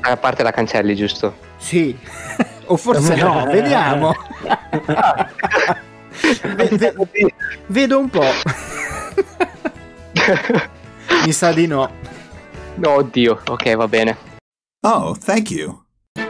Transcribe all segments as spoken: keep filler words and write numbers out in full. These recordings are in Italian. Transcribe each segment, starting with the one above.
questa parte la cancelli, giusto? Sì, o forse no, vediamo. Ved- vedo un po'. Mi sa di no. No, oddio, ok, va bene. Oh, thank you.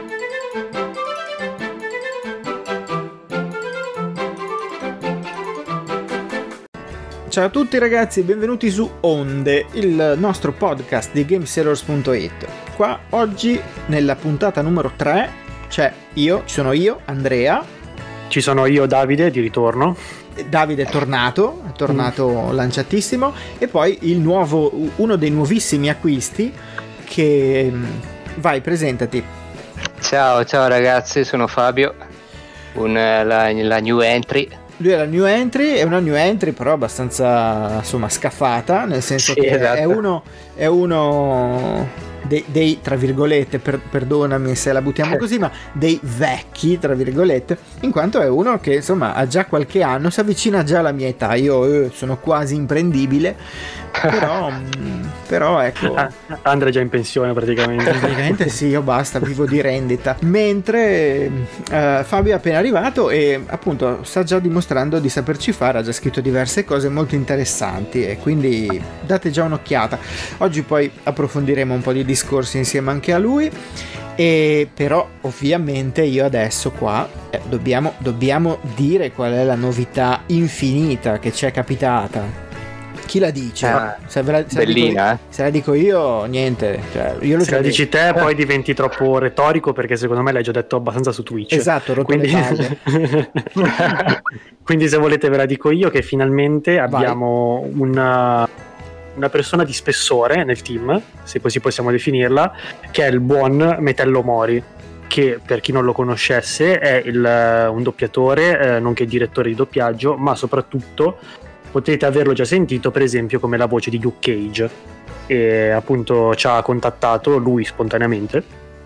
Ciao a tutti ragazzi, benvenuti su Onde, il nostro podcast di Gamesailors punto it. Qua oggi nella puntata numero tre c'è io, ci sono io, Andrea. Ci sono io, Davide, di ritorno. Davide è tornato, è tornato mm. lanciatissimo. E poi il nuovo, uno dei nuovissimi acquisti che... Vai, presentati. Ciao, ciao ragazzi, sono Fabio, un, la, la new entry. Lui è la new entry, è una new entry però abbastanza, insomma, scaffata, nel senso sì, che esatto. è uno, è uno dei, dei tra virgolette, per, perdonami se la buttiamo così, ma dei vecchi, tra virgolette, in quanto è uno che, insomma, ha già qualche anno, si avvicina già alla mia età, io eh, sono quasi imprendibile, però, però ecco... Andrea è già in pensione praticamente. Praticamente sì, io basta, vivo di rendita. Mentre eh, Fabio è appena arrivato e appunto sta già dimostrando di saperci fare, ha già scritto diverse cose molto interessanti e quindi date già un'occhiata. Oggi poi approfondiremo un po' di discorsi insieme anche a lui. E però ovviamente io adesso qua eh, dobbiamo, dobbiamo dire qual è la novità infinita che ci è capitata. Chi la dice? Ah, se, la, se, bellina, la dico, se la dico io, niente. Cioè, io lo se la dici te, poi diventi troppo retorico perché secondo me l'hai già detto abbastanza su Twitch. Esatto, rotto quindi... le palle. Quindi se volete ve la dico io che finalmente abbiamo una, una persona di spessore nel team, se così possiamo definirla, che è il buon Metello Mori, che per chi non lo conoscesse è il, un doppiatore, eh, nonché direttore di doppiaggio, ma soprattutto potete averlo già sentito per esempio come la voce di Luke Cage, e appunto ci ha contattato lui spontaneamente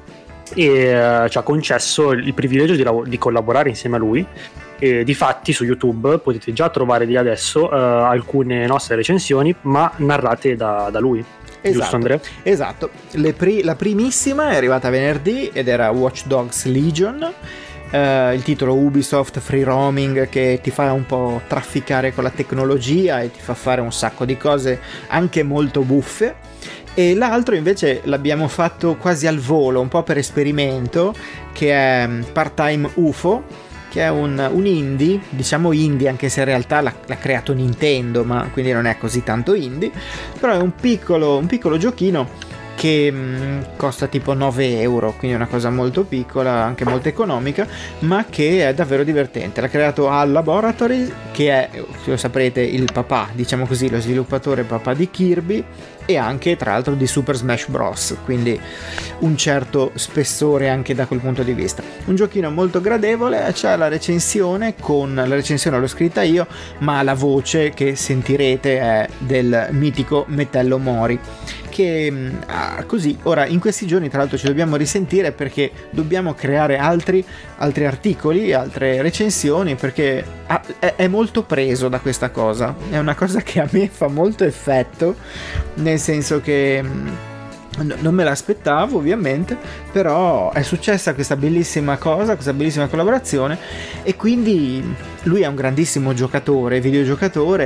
e uh, ci ha concesso il privilegio di, lav- di collaborare insieme a lui, e difatti su YouTube potete già trovare di adesso uh, alcune nostre recensioni ma narrate da, da lui. Esatto, giusto Andrea? Esatto. Le pri- la primissima è arrivata venerdì ed era Watch Dogs Legion. Uh, il titolo Ubisoft Free Roaming, che ti fa un po' trafficare con la tecnologia e ti fa fare un sacco di cose anche molto buffe. E l'altro invece l'abbiamo fatto quasi al volo, un po' per esperimento, che è Part-Time U F O, che è un, un indie, diciamo indie anche se in realtà l'ha, l'ha creato Nintendo, ma quindi non è così tanto indie, però è un piccolo, un piccolo giochino che mh, costa tipo nove euro, quindi è una cosa molto piccola, anche molto economica, ma che è davvero divertente. L'ha creato HAL Laboratory, che è, se lo saprete, il papà, diciamo così, lo sviluppatore papà di Kirby e anche tra l'altro di Super Smash Bros, quindi un certo spessore anche da quel punto di vista. Un giochino molto gradevole, c'è la recensione, con la recensione l'ho scritta io, ma la voce che sentirete è del mitico Metello Mori, che ah, così ora in questi giorni tra l'altro ci dobbiamo risentire perché dobbiamo creare altri, altri articoli, altre recensioni, perché ah, è, è molto preso da questa cosa, è una cosa che a me fa molto effetto, nel senso che mh, non me l'aspettavo ovviamente, però è successa questa bellissima cosa, questa bellissima collaborazione, e quindi lui è un grandissimo giocatore, videogiocatore,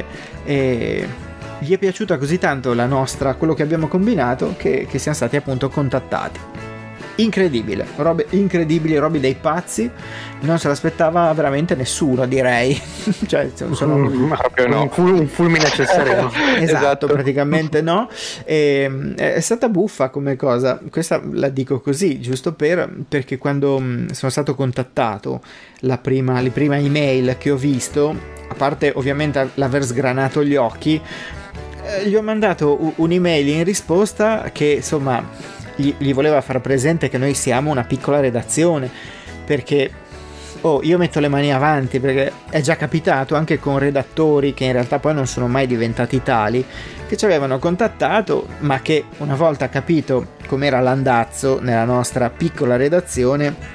e gli è piaciuta così tanto la nostra, quello che abbiamo combinato, che, che siamo stati appunto contattati. Incredibile, robe incredibili, robe dei pazzi, non se l'aspettava veramente nessuno, direi. Cioè, sono mm, proprio no. un fulmine a ciel sereno. Esatto, esatto, praticamente no. E, è stata buffa come cosa, questa la dico così, giusto per, perché quando sono stato contattato, la prima, la prima email che ho visto, a parte ovviamente l'aver sgranato gli occhi, gli ho mandato un'email in risposta che insomma gli, gli voleva far presente che noi siamo una piccola redazione, perché oh, io metto le mani avanti, perché è già capitato anche con redattori che in realtà poi non sono mai diventati tali, che ci avevano contattato ma che una volta capito com'era l'andazzo nella nostra piccola redazione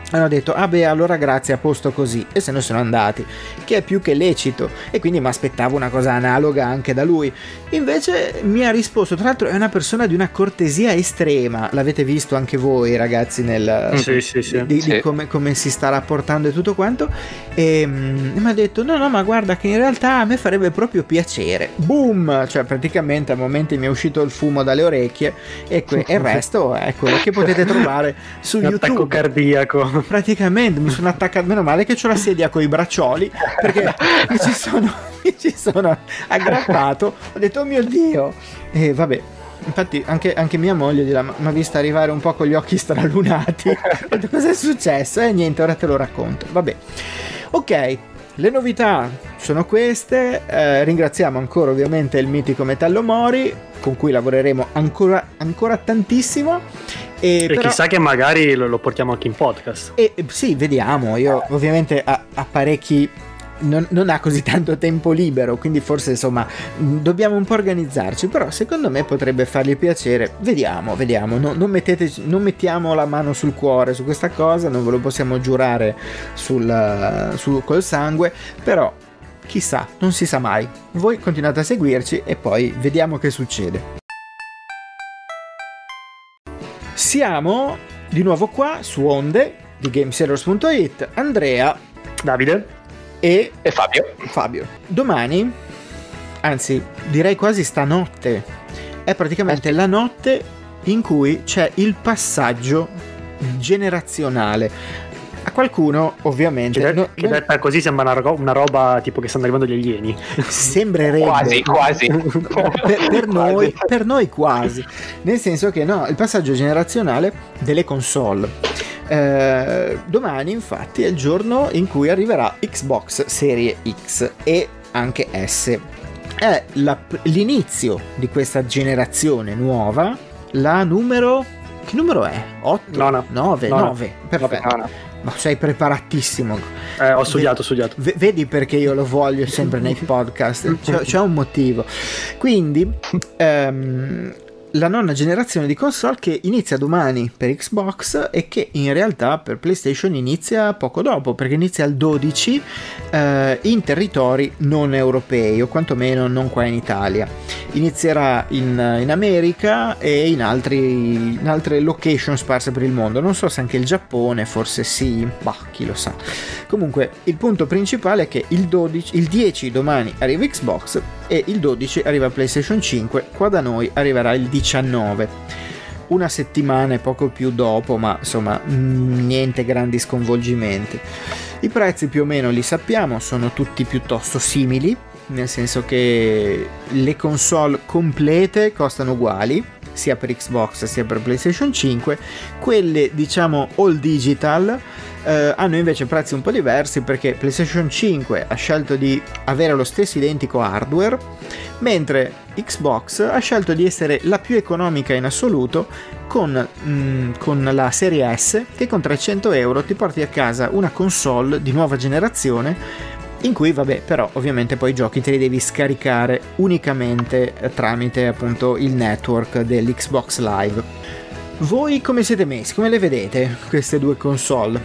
hanno detto ah beh allora grazie, a posto così, e se ne sono andati, che è più che lecito, e quindi mi aspettavo una cosa analoga anche da lui. Invece mi ha risposto, tra l'altro è una persona di una cortesia estrema, l'avete visto anche voi ragazzi nel sì, sì, sì. di, sì. di come, come si sta rapportando e tutto quanto, e mm, mi ha detto no no ma guarda che in realtà a me farebbe proprio piacere, boom, cioè praticamente a momenti mi è uscito il fumo dalle orecchie, e, que- e il resto è quello che potete trovare su un attacco YouTube. cardiaco. Praticamente mi sono attaccato, meno male che c'ho la sedia con i braccioli, perché mi ci sono, mi ci sono aggrappato, ho detto oh mio Dio, e vabbè, infatti anche, anche mia moglie mi ha vista arrivare un po' con gli occhi stralunati, ho detto cosa è successo? E niente, ora te lo racconto, vabbè, ok. Le novità sono queste, eh, ringraziamo ancora ovviamente il mitico Metallo Mori, con cui lavoreremo ancora, ancora tantissimo. E, e però, chissà che magari lo, lo portiamo anche in podcast. E, sì, vediamo, io ovviamente a, a parecchi... Non, non ha così tanto tempo libero, quindi forse insomma dobbiamo un po' organizzarci, però secondo me potrebbe fargli piacere. Vediamo, vediamo, no, non, mettete, non mettiamo la mano sul cuore su questa cosa, non ve lo possiamo giurare sul, sul, col sangue, però chissà, non si sa mai. Voi continuate a seguirci e poi vediamo che succede. Siamo di nuovo qua su Onde di Gamesailors punto it, Andrea, Davide e, e Fabio. Fabio. Domani, anzi direi quasi stanotte, è praticamente la notte in cui c'è il passaggio generazionale. A qualcuno ovviamente che, no, che detta così sembra una, ro- una roba tipo che stanno arrivando gli alieni. Sembrerebbe quasi quasi per, per noi per noi quasi, nel senso che no, il passaggio generazionale delle console. Eh, domani infatti è il giorno in cui arriverà Xbox Serie X e anche S. È la, l'inizio di questa generazione nuova, la numero... che numero è? otto? No, no. nove? No, no. nove, perfetto. No, no. Ma sei preparatissimo. Eh, ho studiato, ho studiato. V- vedi perché io lo voglio sempre nei podcast? C'è, c'è un motivo. Quindi... Um, la nona generazione di console che inizia domani per Xbox e che in realtà per PlayStation inizia poco dopo, perché inizia il dodici eh, in territori non europei, o quantomeno non qua in Italia. Inizierà in, in America e in, altri, in altre location sparse per il mondo. Non so se anche il Giappone, forse sì, bah, chi lo sa. Comunque il punto principale è che il, dodici, il dieci domani arriva Xbox e il dodici arriva PlayStation cinque, qua da noi arriverà il diciannove, una settimana e poco più dopo, ma insomma niente grandi sconvolgimenti. I prezzi più o meno li sappiamo, sono tutti piuttosto simili, nel senso che le console complete costano uguali sia per Xbox sia per PlayStation cinque. Quelle diciamo all digital eh, hanno invece prezzi un po' diversi, perché PlayStation cinque ha scelto di avere lo stesso identico hardware, mentre Xbox ha scelto di essere la più economica in assoluto con, mh, con la serie S, che con trecento euro ti porti a casa una console di nuova generazione, in cui vabbè però ovviamente poi i giochi te li devi scaricare unicamente tramite appunto il network dell'Xbox Live. Voi come siete messi? Come le vedete queste due console?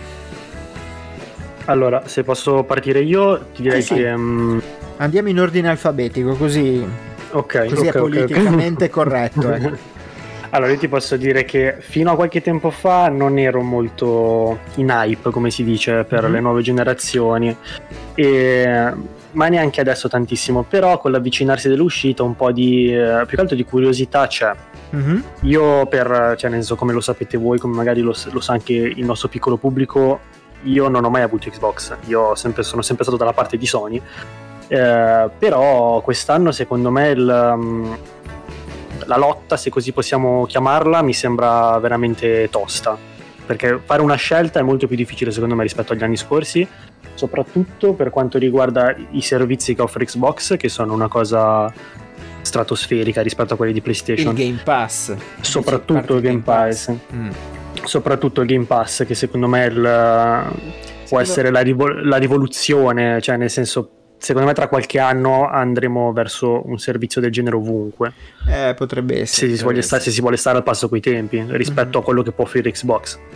Allora, se posso partire io ti direi eh sì. che um... andiamo in ordine alfabetico, così, okay, così okay, è politicamente okay. corretto. Ecco. Allora io ti posso dire che fino a qualche tempo fa non ero molto in hype, come si dice, per mm-hmm. le nuove generazioni, e, ma neanche adesso tantissimo, però con l'avvicinarsi dell'uscita un po' di eh, più che altro di curiosità c'è. Mm-hmm. Io per, cioè nel senso, come lo sapete voi, come magari lo, lo sa anche il nostro piccolo pubblico, io non ho mai avuto Xbox, io sempre, sono sempre stato dalla parte di Sony, eh, però quest'anno secondo me il... Um, la lotta, se così possiamo chiamarla, mi sembra veramente tosta, perché fare una scelta è molto più difficile secondo me rispetto agli anni scorsi, soprattutto per quanto riguarda i servizi che offre Xbox, che sono una cosa stratosferica rispetto a quelli di PlayStation. Il Game Pass, soprattutto il Game Pass, Pass. Mm. soprattutto il Game Pass, che secondo me il, può essere la, rivol- la rivoluzione, cioè nel senso, secondo me tra qualche anno andremo verso un servizio del genere ovunque. Eh, potrebbe essere. Se si, voglia stare, se si vuole stare al passo coi tempi rispetto mm-hmm. a quello che può offrire Xbox.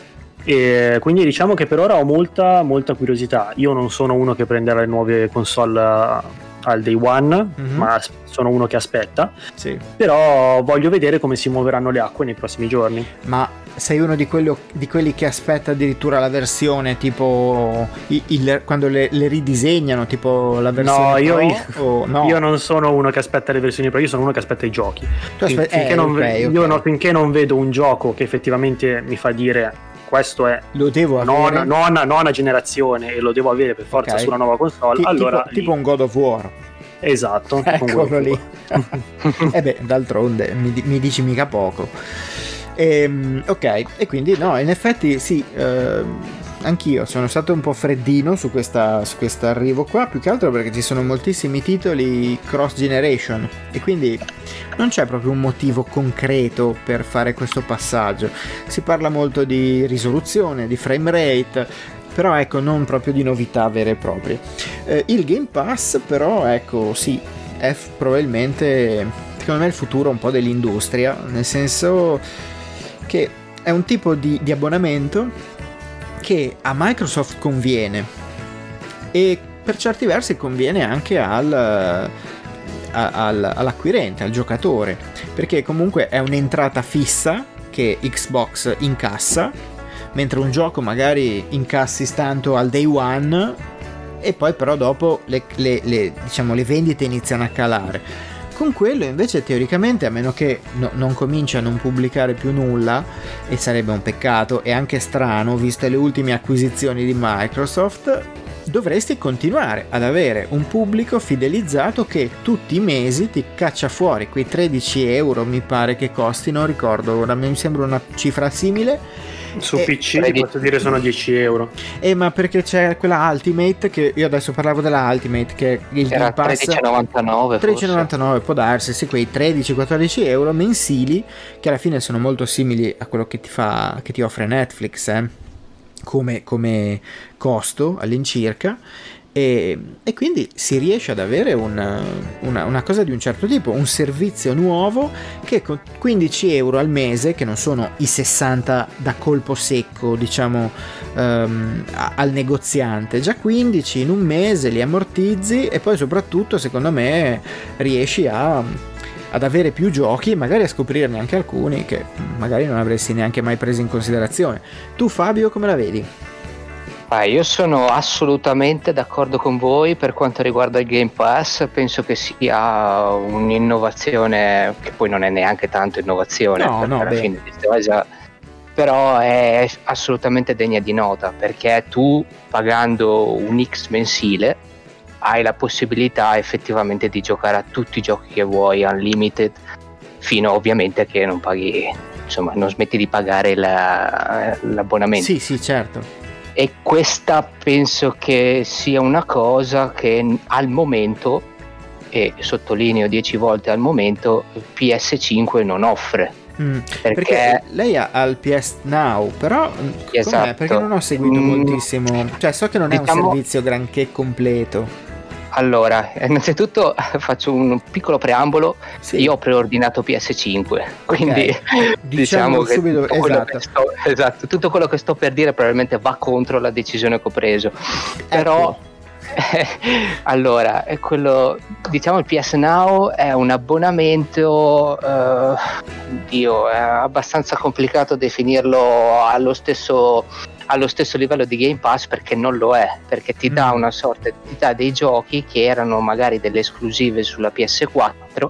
E quindi diciamo che per ora ho molta molta curiosità. Io non sono uno che prenderà le nuove console al day one, mm-hmm. ma sono uno che aspetta, sì. Però voglio vedere come si muoveranno le acque nei prossimi giorni. Ma sei uno di, quello, di quelli che aspetta addirittura la versione tipo il, il, quando le, le ridisegnano, tipo la versione no, io, Pro, io, o no? Io non sono uno che aspetta le versioni Pro, io sono uno che aspetta i giochi. Aspe- finché eh, non, okay, io okay. no, finché non vedo un gioco che effettivamente mi fa dire questo è lo devo nona, nona, nona generazione e lo devo avere per forza okay. sulla nuova console, T- allora tipo, tipo un God of War. Esatto, eccolo lì. E beh, d'altronde mi, mi dici mica poco. Ehm, ok, e quindi no, in effetti sì, eh, anch'io sono stato un po' freddino su questa su questo arrivo qua, più che altro perché ci sono moltissimi titoli cross generation e quindi non c'è proprio un motivo concreto per fare questo passaggio. Si parla molto di risoluzione, di frame rate, però ecco, non proprio di novità vere e proprie. Eh, il Game Pass però, ecco, sì, è f- probabilmente, secondo me, il futuro un po' dell'industria, nel senso che è un tipo di, di abbonamento che a Microsoft conviene e per certi versi conviene anche al, a, al, all'acquirente, al giocatore, perché comunque è un'entrata fissa che Xbox incassa, mentre un gioco magari incassi tanto al day one e poi però dopo le, le, le, diciamo, le vendite iniziano a calare. Con quello invece teoricamente, a meno che no, non cominci a non pubblicare più nulla, e sarebbe un peccato e anche strano viste le ultime acquisizioni di Microsoft, dovresti continuare ad avere un pubblico fidelizzato che tutti i mesi ti caccia fuori quei tredici euro, mi pare che costi, non ricordo, ora mi sembra una cifra simile. Su e, P C ti posso dire sono dieci euro. Eh, ma perché c'è quella Ultimate, che io adesso parlavo della Ultimate, che è il era Game Pass tredici e novantanove tredici e novantanove, può darsi, sì, quei tredici quattordici euro mensili che alla fine sono molto simili a quello che ti fa, che ti offre Netflix, eh, come, come costo all'incirca. E, e quindi si riesce ad avere una, una, una cosa di un certo tipo, un servizio nuovo che con quindici euro al mese, che non sono i sessanta da colpo secco, diciamo, um, al negoziante, già quindici in un mese li ammortizzi e poi soprattutto secondo me riesci a ad avere più giochi e magari a scoprirne anche alcuni che magari non avresti neanche mai preso in considerazione. Tu Fabio come la vedi? Ah, io sono assolutamente d'accordo con voi per quanto riguarda il Game Pass, penso che sia un'innovazione che poi non è neanche tanto innovazione, no, perché no, alla beh. fine già, però è assolutamente degna di nota, perché tu pagando un X mensile hai la possibilità effettivamente di giocare a tutti i giochi che vuoi unlimited, fino ovviamente a che non paghi, insomma non smetti di pagare la, l'abbonamento. Sì, sì, certo. E questa penso che sia una cosa che al momento, e sottolineo dieci volte al momento, P S cinque non offre. Mm, perché... perché lei ha il P S Now, però esatto. com'è? Perché non ho seguito mm, moltissimo, cioè so che non è diciamo... un servizio granché completo. Allora, innanzitutto faccio un piccolo preambolo, sì. Io ho preordinato P S cinque, quindi okay. diciamo, diciamo che, subito, tutto quello esatto. che sto, esatto, tutto quello che sto per dire probabilmente va contro la decisione che ho preso, ecco. Però eh, allora, è quello, diciamo il P S Now è un abbonamento, eh, Dio, è abbastanza complicato definirlo allo stesso... allo stesso livello di Game Pass, perché non lo è, perché ti dà una sorta, ti dà dei giochi che erano magari delle esclusive sulla P S quattro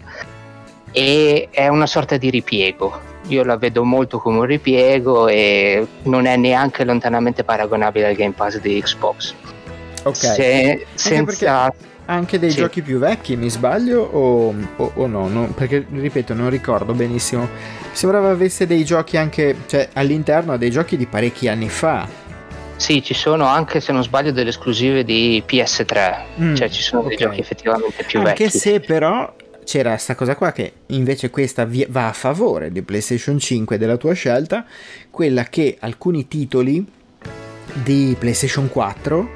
e è una sorta di ripiego. Io la vedo molto come un ripiego e non è neanche lontanamente paragonabile al Game Pass di Xbox. Ok. Se, senza anche dei sì. giochi più vecchi, mi sbaglio o, o, o no? no? Perché ripeto, non ricordo benissimo. Sembrava avesse dei giochi anche, cioè all'interno dei giochi di parecchi anni fa. Sì, ci sono anche, se non sbaglio, delle esclusive di P S tre, mm, cioè ci sono okay. dei giochi effettivamente più anche vecchi. Anche se però c'era sta cosa qua che invece questa va a favore di PlayStation cinque, della tua scelta, quella che alcuni titoli di PlayStation quattro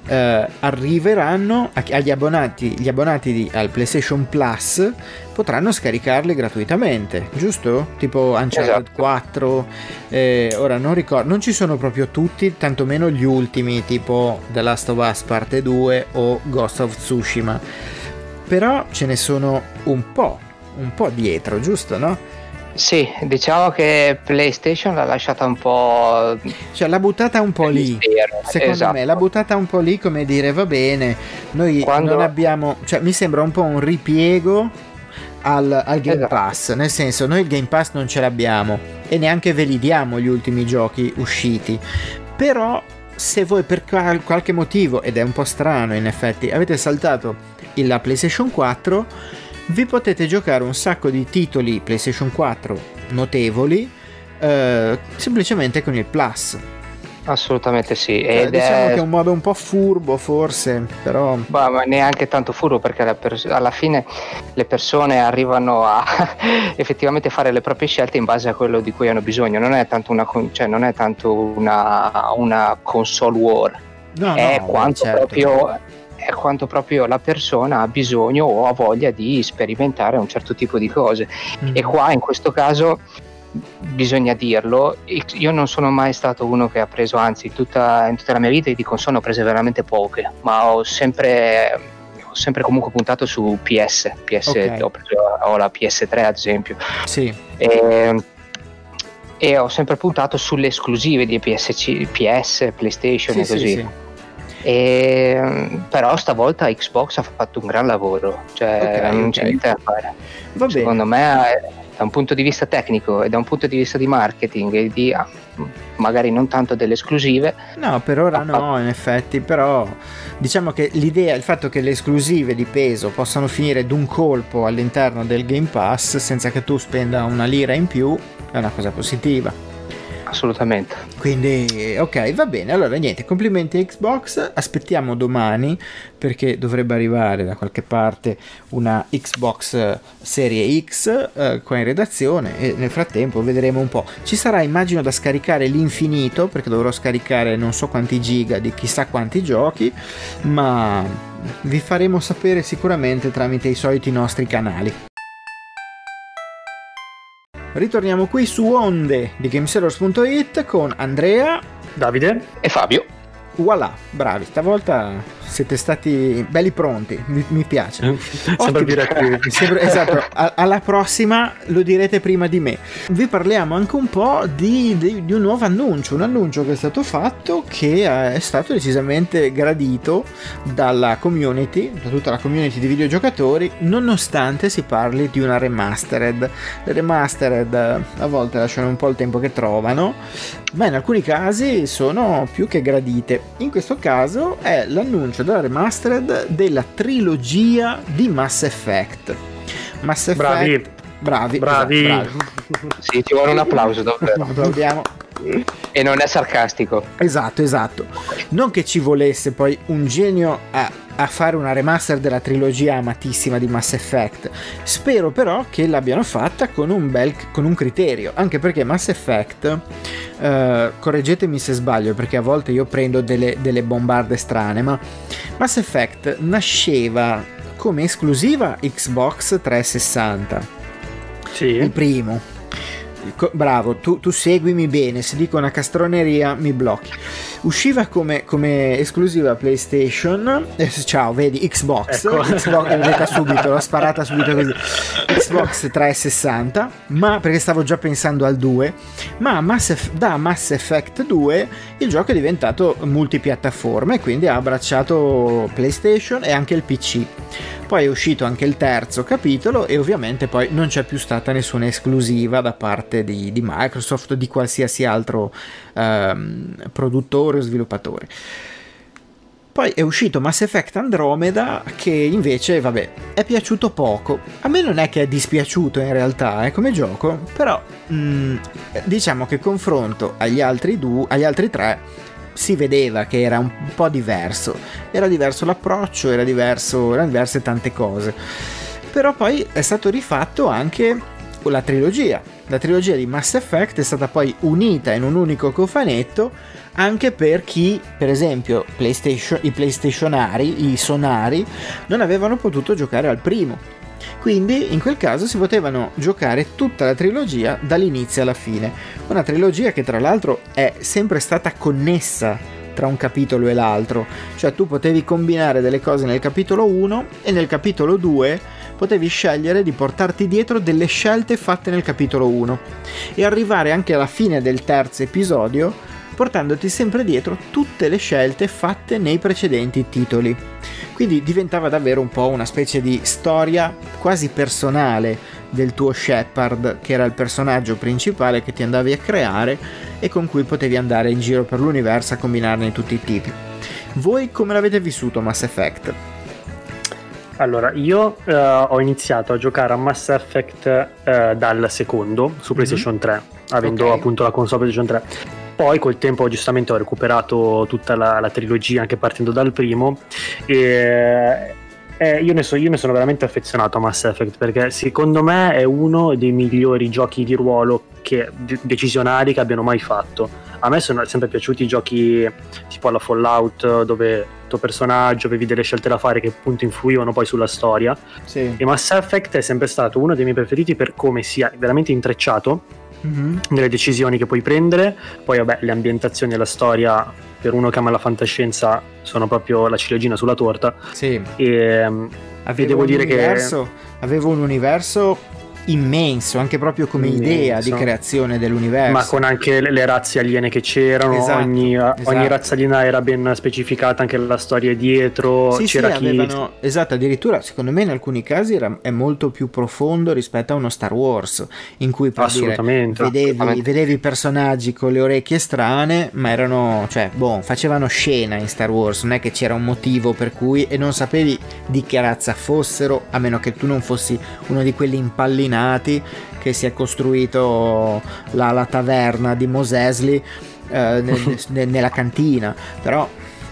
eh, arriveranno a, agli abbonati, gli abbonati di, al PlayStation Plus potranno scaricarli gratuitamente, giusto? Tipo Uncharted esatto. quattro, eh, ora non ricordo, non ci sono proprio tutti, tantomeno gli ultimi, tipo The Last of Us parte due o Ghost of Tsushima, però ce ne sono un po', un po' dietro, giusto, no? Sì, diciamo che PlayStation l'ha lasciata un po', cioè l'ha buttata un po' lì, mistero. secondo Esatto. me l'ha buttata un po' lì, come dire, va bene, noi Quando... non abbiamo, cioè mi sembra un po' un ripiego al, al Game esatto. Pass, nel senso, noi il Game Pass non ce l'abbiamo e neanche ve li diamo gli ultimi giochi usciti, però se voi per qual- qualche motivo, ed è un po' strano in effetti, avete saltato la PlayStation quattro, vi potete giocare un sacco di titoli PlayStation quattro notevoli eh, semplicemente con il Plus. Assolutamente sì. Cioè, Ed diciamo è... che è un modo un po' furbo forse, però... Bah, ma neanche tanto furbo, perché alla, pers- alla fine le persone arrivano a effettivamente fare le proprie scelte in base a quello di cui hanno bisogno. Non è tanto una, con- cioè, non è tanto una, una console war, No, è no, quanto certo. proprio... è quanto proprio la persona ha bisogno o ha voglia di sperimentare un certo tipo di cose. Mm. E qua in questo caso bisogna dirlo, io non sono mai stato uno che ha preso, anzi tutta, in tutta la mia vita di console ho prese veramente poche, ma ho sempre ho sempre comunque puntato su P S P S Okay. ho, preso, ho la P S tre ad esempio, Sì. e, e ho sempre puntato sulle esclusive di P S C, P S, PlayStation Sì, e così. sì, sì. E, però stavolta Xbox ha fatto un gran lavoro, cioè Ok, non ok. c'è niente da fare. Va Secondo bene. me eh, da un punto di vista tecnico e da un punto di vista di marketing e di ah, magari non tanto delle esclusive, No, per ora no, in effetti, però diciamo che l'idea, il fatto che le esclusive di peso possano finire d'un colpo all'interno del Game Pass senza che tu spenda una lira in più è una cosa positiva. assolutamente. Quindi ok, va bene, allora niente, complimenti a Xbox, aspettiamo domani perché dovrebbe arrivare da qualche parte una Xbox Serie X eh, qua in redazione e nel frattempo vedremo un po'. Ci sarà, immagino, da scaricare l'infinito perché dovrò scaricare non so quanti giga di chissà quanti giochi, ma vi faremo sapere sicuramente tramite i soliti nostri canali. Ritorniamo qui su Onde di Gamesellers punto it con Andrea, Davide E Fabio, voilà, bravi, stavolta siete stati belli pronti, mi, mi piace. sembra più reattivi. Sembra- esatto, a- alla prossima lo direte prima di me. Vi parliamo anche un po' di, di- di un nuovo annuncio, un annuncio che è stato fatto che è stato decisamente gradito dalla community, da tutta la community di videogiocatori, nonostante si parli di una remastered. Le remastered a volte lasciano un po' il tempo che trovano, ma in alcuni casi sono più che gradite. In questo caso è l'annuncio della remastered della trilogia di Mass Effect. Mass Effect, Bravi. bravi, Bravi. esatto, bravi. sì, ci vuole un applauso davvero. Applaudiamo. E non è sarcastico. Esatto, esatto. Non che ci volesse poi un genio a, a fare una remaster della trilogia amatissima di Mass Effect. Spero però che l'abbiano fatta con un bel con un criterio, anche perché Mass Effect, eh, correggetemi se sbaglio perché a volte io prendo delle, delle bombarde strane, ma Mass Effect nasceva come esclusiva Xbox trecentosessanta, Sì. il primo. Co- bravo, tu, tu seguimi bene, se dico una castroneria mi blocchi. Usciva come, come esclusiva PlayStation, eh, ciao, vedi, Xbox, Ecco. Xbox, l'ho detta subito, l'ho sparata subito così, Xbox trecentosessanta, ma perché stavo già pensando al due, ma Mass Eff- da Mass Effect due il gioco è diventato multipiattaforma e quindi ha abbracciato PlayStation e anche il P C. Poi è uscito anche il terzo capitolo e ovviamente poi non c'è più stata nessuna esclusiva da parte di, di Microsoft o di qualsiasi altro ehm, produttore o sviluppatore. Poi è uscito Mass Effect Andromeda che invece, vabbè, è piaciuto poco. A me non è che è dispiaciuto in realtà eh, come gioco, però mh, diciamo che confronto agli altri due, agli altri tre, si vedeva che era un po' diverso, era diverso l'approccio, era diverso, erano diverse tante cose, però poi è stato rifatto anche la trilogia. La trilogia di Mass Effect è stata poi unita in un unico cofanetto anche per chi, per esempio, PlayStation, i PlayStationari, i sonari, non avevano potuto giocare al primo. Quindi in quel caso si potevano giocare tutta la trilogia dall'inizio alla fine. Una trilogia che tra l'altro è sempre stata connessa tra un capitolo e l'altro, cioè tu potevi combinare delle cose nel capitolo uno e nel capitolo due potevi scegliere di portarti dietro delle scelte fatte nel capitolo uno e arrivare anche alla fine del terzo episodio portandoti sempre dietro tutte le scelte fatte nei precedenti titoli. Quindi diventava davvero un po' una specie di storia quasi personale del tuo Shepard, che era il personaggio principale che ti andavi a creare e con cui potevi andare in giro per l'universo a combinarne tutti i tipi. Voi come l'avete vissuto Mass Effect? Allora, io uh, ho iniziato a giocare a Mass Effect uh, dal secondo su PlayStation mm-hmm. tre, avendo okay. appunto la console PlayStation tre. Poi col tempo giustamente ho recuperato tutta la, la trilogia, anche partendo dal primo, e eh, io, ne so, io ne sono veramente affezionato a Mass Effect, perché secondo me è uno dei migliori giochi di ruolo che, de- decisionali che abbiano mai fatto. A me sono sempre piaciuti i giochi tipo alla Fallout, dove il tuo personaggio avevi delle scelte da fare che appunto influivano poi sulla storia, sì. E Mass Effect è sempre stato uno dei miei preferiti per come sia veramente intrecciato mm-hmm. nelle decisioni che puoi prendere. Poi vabbè, le ambientazioni e la storia, per uno che ama la fantascienza, sono proprio la ciliegina sulla torta. Sì. E, um, avevo devo dire che avevo un universo immenso, anche proprio come immenso. Idea di creazione dell'universo, ma con anche le, le razze aliene che c'erano, esatto, ogni, esatto. ogni razza aliena era ben specificata, anche la storia dietro, sì, c'era sì, chi... avevano, esatto, addirittura secondo me in alcuni casi era, è molto più profondo rispetto a uno Star Wars, in cui per assolutamente, dire, vedevi, assolutamente. vedevi i personaggi con le orecchie strane, ma erano, cioè, boh, facevano scena in Star Wars, non è che c'era un motivo per cui, e non sapevi di che razza fossero, a meno che tu non fossi uno di quelli impallinati che si è costruito la, la taverna di Mos Eisley eh, nel, nel, nella cantina. Però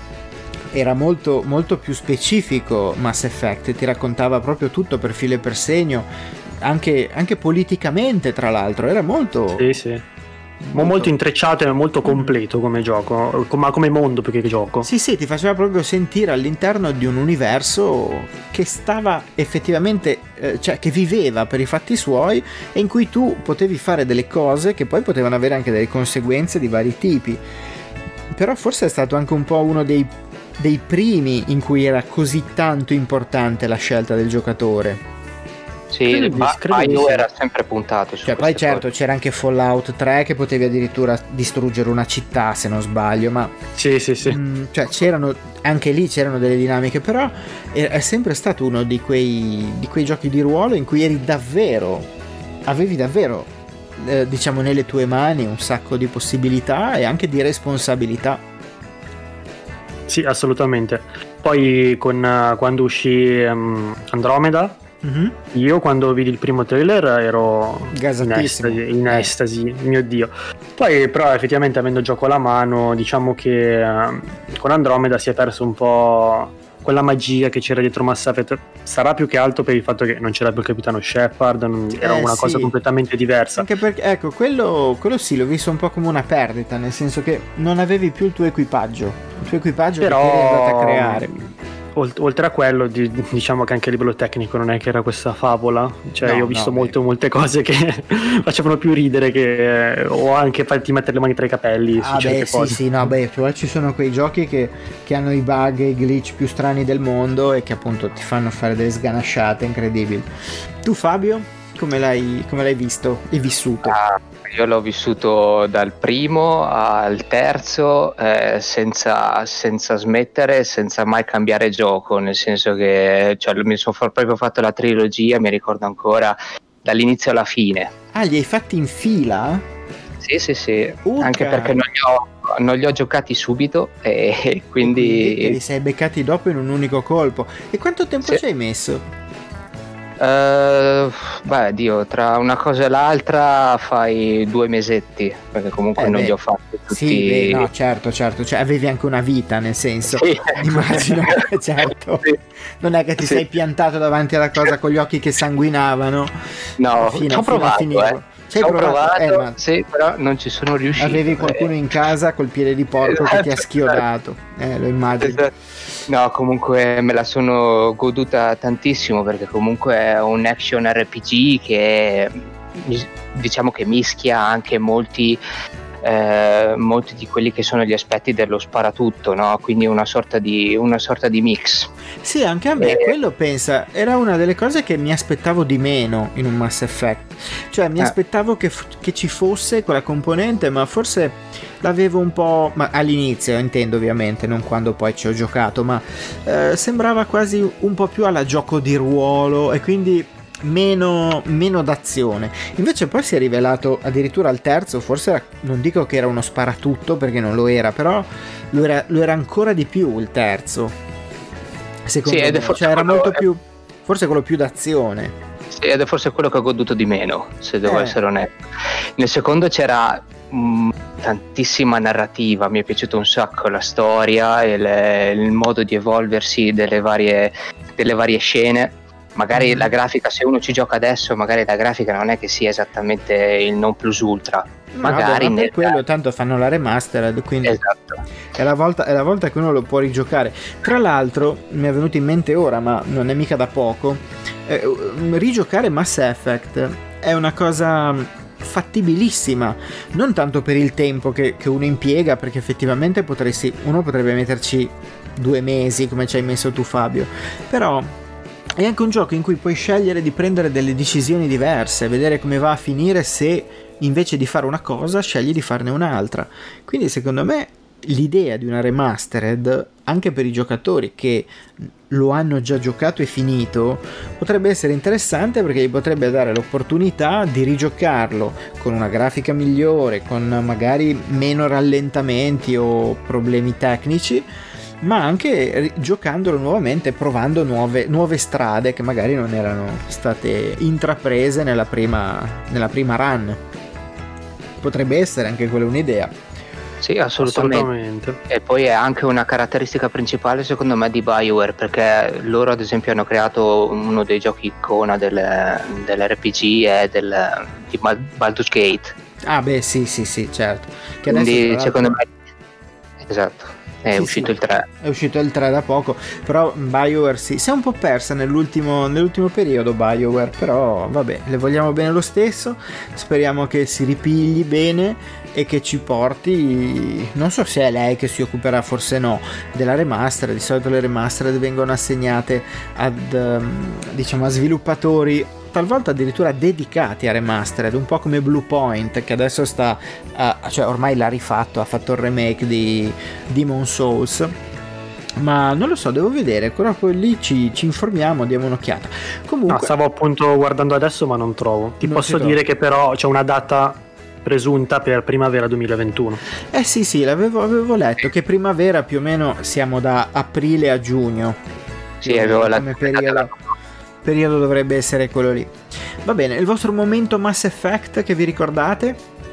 era molto, molto più specifico Mass Effect, ti raccontava proprio tutto per filo e per segno, anche, anche politicamente, tra l'altro era molto sì sì molto, molto intrecciato e molto completo come gioco, ma come mondo più che gioco. Sì sì, ti faceva proprio sentire all'interno di un universo che stava effettivamente, eh, cioè che viveva per i fatti suoi e in cui tu potevi fare delle cose che poi potevano avere anche delle conseguenze di vari tipi. Però forse è stato anche un po' uno dei, dei primi in cui era così tanto importante la scelta del giocatore. Sì, ma io era sempre puntato su, cioè, poi certo cose. C'era anche Fallout tre che potevi addirittura distruggere una città, se non sbaglio, ma sì sì sì mh, cioè c'erano anche lì c'erano delle dinamiche, però è, è sempre stato uno di quei di quei giochi di ruolo in cui eri davvero avevi davvero eh, diciamo nelle tue mani un sacco di possibilità e anche di responsabilità. Sì, assolutamente. Poi con uh, quando uscì um, Andromeda, mm-hmm. io quando vidi il primo trailer ero in estasi, in estasi, mio Dio. Poi però effettivamente avendo il gioco alla mano, diciamo che uh, con Andromeda si è perso un po' quella magia che c'era dietro Mass Effect. Sarà più che altro per il fatto che non c'era più il capitano Shepard, non, era eh, una sì. cosa completamente diversa. Anche perché ecco, quello, quello sì l'ho visto un po' come una perdita, nel senso che non avevi più il tuo equipaggio, il tuo equipaggio però... che ti eri andato a creare. Oltre a quello, diciamo che anche a livello tecnico non è che era questa favola, cioè no, io ho visto no, molto, molte cose che facevano più ridere che o anche farti mettere le mani tra i capelli. Ah beh sì cose. sì no beh cioè, ci sono quei giochi che, che hanno i bug e i glitch più strani del mondo e che appunto ti fanno fare delle sganasciate incredibili. Tu Fabio come l'hai, come l'hai visto e vissuto? Ah, io l'ho vissuto dal primo al terzo eh, senza, senza smettere, senza mai cambiare gioco, nel senso che cioè, mi sono proprio fatto la trilogia, mi ricordo ancora dall'inizio alla fine. Ah, li hai fatti in fila? Sì sì sì, Urca. Anche perché non li, ho, non li ho giocati subito e quindi... e quindi li sei beccati dopo in un unico colpo. E quanto tempo sì. ci hai messo? Uh, beh, Dio, tra una cosa e l'altra fai due mesetti, perché comunque eh non beh, li ho fatti tutti. Sì, beh, no, certo, certo, cioè avevi anche una vita, nel senso, sì. immagino, certo, sì. Non è che ti sì. sei piantato davanti alla cosa con gli occhi che sanguinavano. No, fino, ci ho provato, fino a eh. Ci hai ho provato, provato, eh, ma sì, però non ci sono riuscito. Avevi qualcuno eh. in casa col piede di porco esatto, che ti ha schiodato, esatto. eh, lo immagino. Esatto. No, comunque me la sono goduta tantissimo, perché comunque è un action R P G che diciamo che mischia anche molti eh, molti di quelli che sono gli aspetti dello sparatutto, no? Quindi una sorta di una sorta di mix. Sì, anche a me e... quello, pensa, era una delle cose che mi aspettavo di meno in un Mass Effect, cioè mi eh. aspettavo che, f- che ci fosse quella componente, ma forse l'avevo un po', ma all'inizio intendo, ovviamente, non quando poi ci ho giocato, ma eh, sembrava quasi un po' più alla gioco di ruolo e quindi meno, meno d'azione. Invece poi si è rivelato addirittura al terzo, forse era, non dico che era uno sparatutto perché non lo era, però lo era, lo era ancora di più il terzo, secondo sì, me, cioè era molto è... più, forse quello più d'azione. Sì, ed è forse quello che ho goduto di meno, se devo eh. essere onesto. Nel secondo c'era mh, tantissima narrativa, mi è piaciuto un sacco la storia e le, il modo di evolversi delle varie, delle varie scene. Magari mm. la grafica, se uno ci gioca adesso, magari la grafica non è che sia esattamente il non plus ultra. No, magari vabbè, ma per quello tanto fanno la remastered, quindi esatto. è, la volta, è la volta che uno lo può rigiocare. Tra l'altro mi è venuto in mente ora, ma non è mica da poco, eh, rigiocare Mass Effect è una cosa fattibilissima, non tanto per il tempo che, che uno impiega, perché effettivamente potresti, uno potrebbe metterci due mesi come ci hai messo tu, Fabio, però è anche un gioco in cui puoi scegliere di prendere delle decisioni diverse, vedere come va a finire se invece di fare una cosa scegli di farne un'altra. Quindi secondo me l'idea di una remastered, anche per i giocatori che lo hanno già giocato e finito, potrebbe essere interessante, perché gli potrebbe dare l'opportunità di rigiocarlo con una grafica migliore, con magari meno rallentamenti o problemi tecnici, ma anche giocandolo nuovamente, provando nuove, nuove strade che magari non erano state intraprese nella prima, nella prima run. Potrebbe essere anche quella un'idea. Sì, assolutamente. assolutamente. E poi è anche una caratteristica principale secondo me di BioWare, perché loro ad esempio hanno creato uno dei giochi icona del, dell'R P G e del, di Baldur's Gate. Ah beh sì sì sì certo. Che quindi adesso, secondo me esatto. È sì, uscito sì, il tre. È uscito il tre da poco, però BioWare sì, si è un po' persa nell'ultimo, nell'ultimo periodo BioWare, però vabbè, le vogliamo bene lo stesso, speriamo che si ripigli bene e che ci porti, non so se è lei che si occuperà, forse no, della remaster. Di solito le remastered vengono assegnate ad diciamo a sviluppatori talvolta addirittura dedicati a remastered, un po' come Bluepoint, che adesso sta uh, cioè ormai l'ha rifatto, ha fatto il remake di Demon's Souls, ma non lo so, devo vedere, però poi lì ci, ci informiamo, diamo un'occhiata. Comunque no, stavo appunto guardando adesso ma non trovo. Ti non posso dire che però c'è una data presunta per primavera duemilaventuno. Eh sì sì, l'avevo avevo letto che primavera più o meno siamo da aprile a giugno. Sì, avevo letto come periodo. periodo dovrebbe essere quello lì. Va bene, il vostro momento Mass Effect che vi ricordate?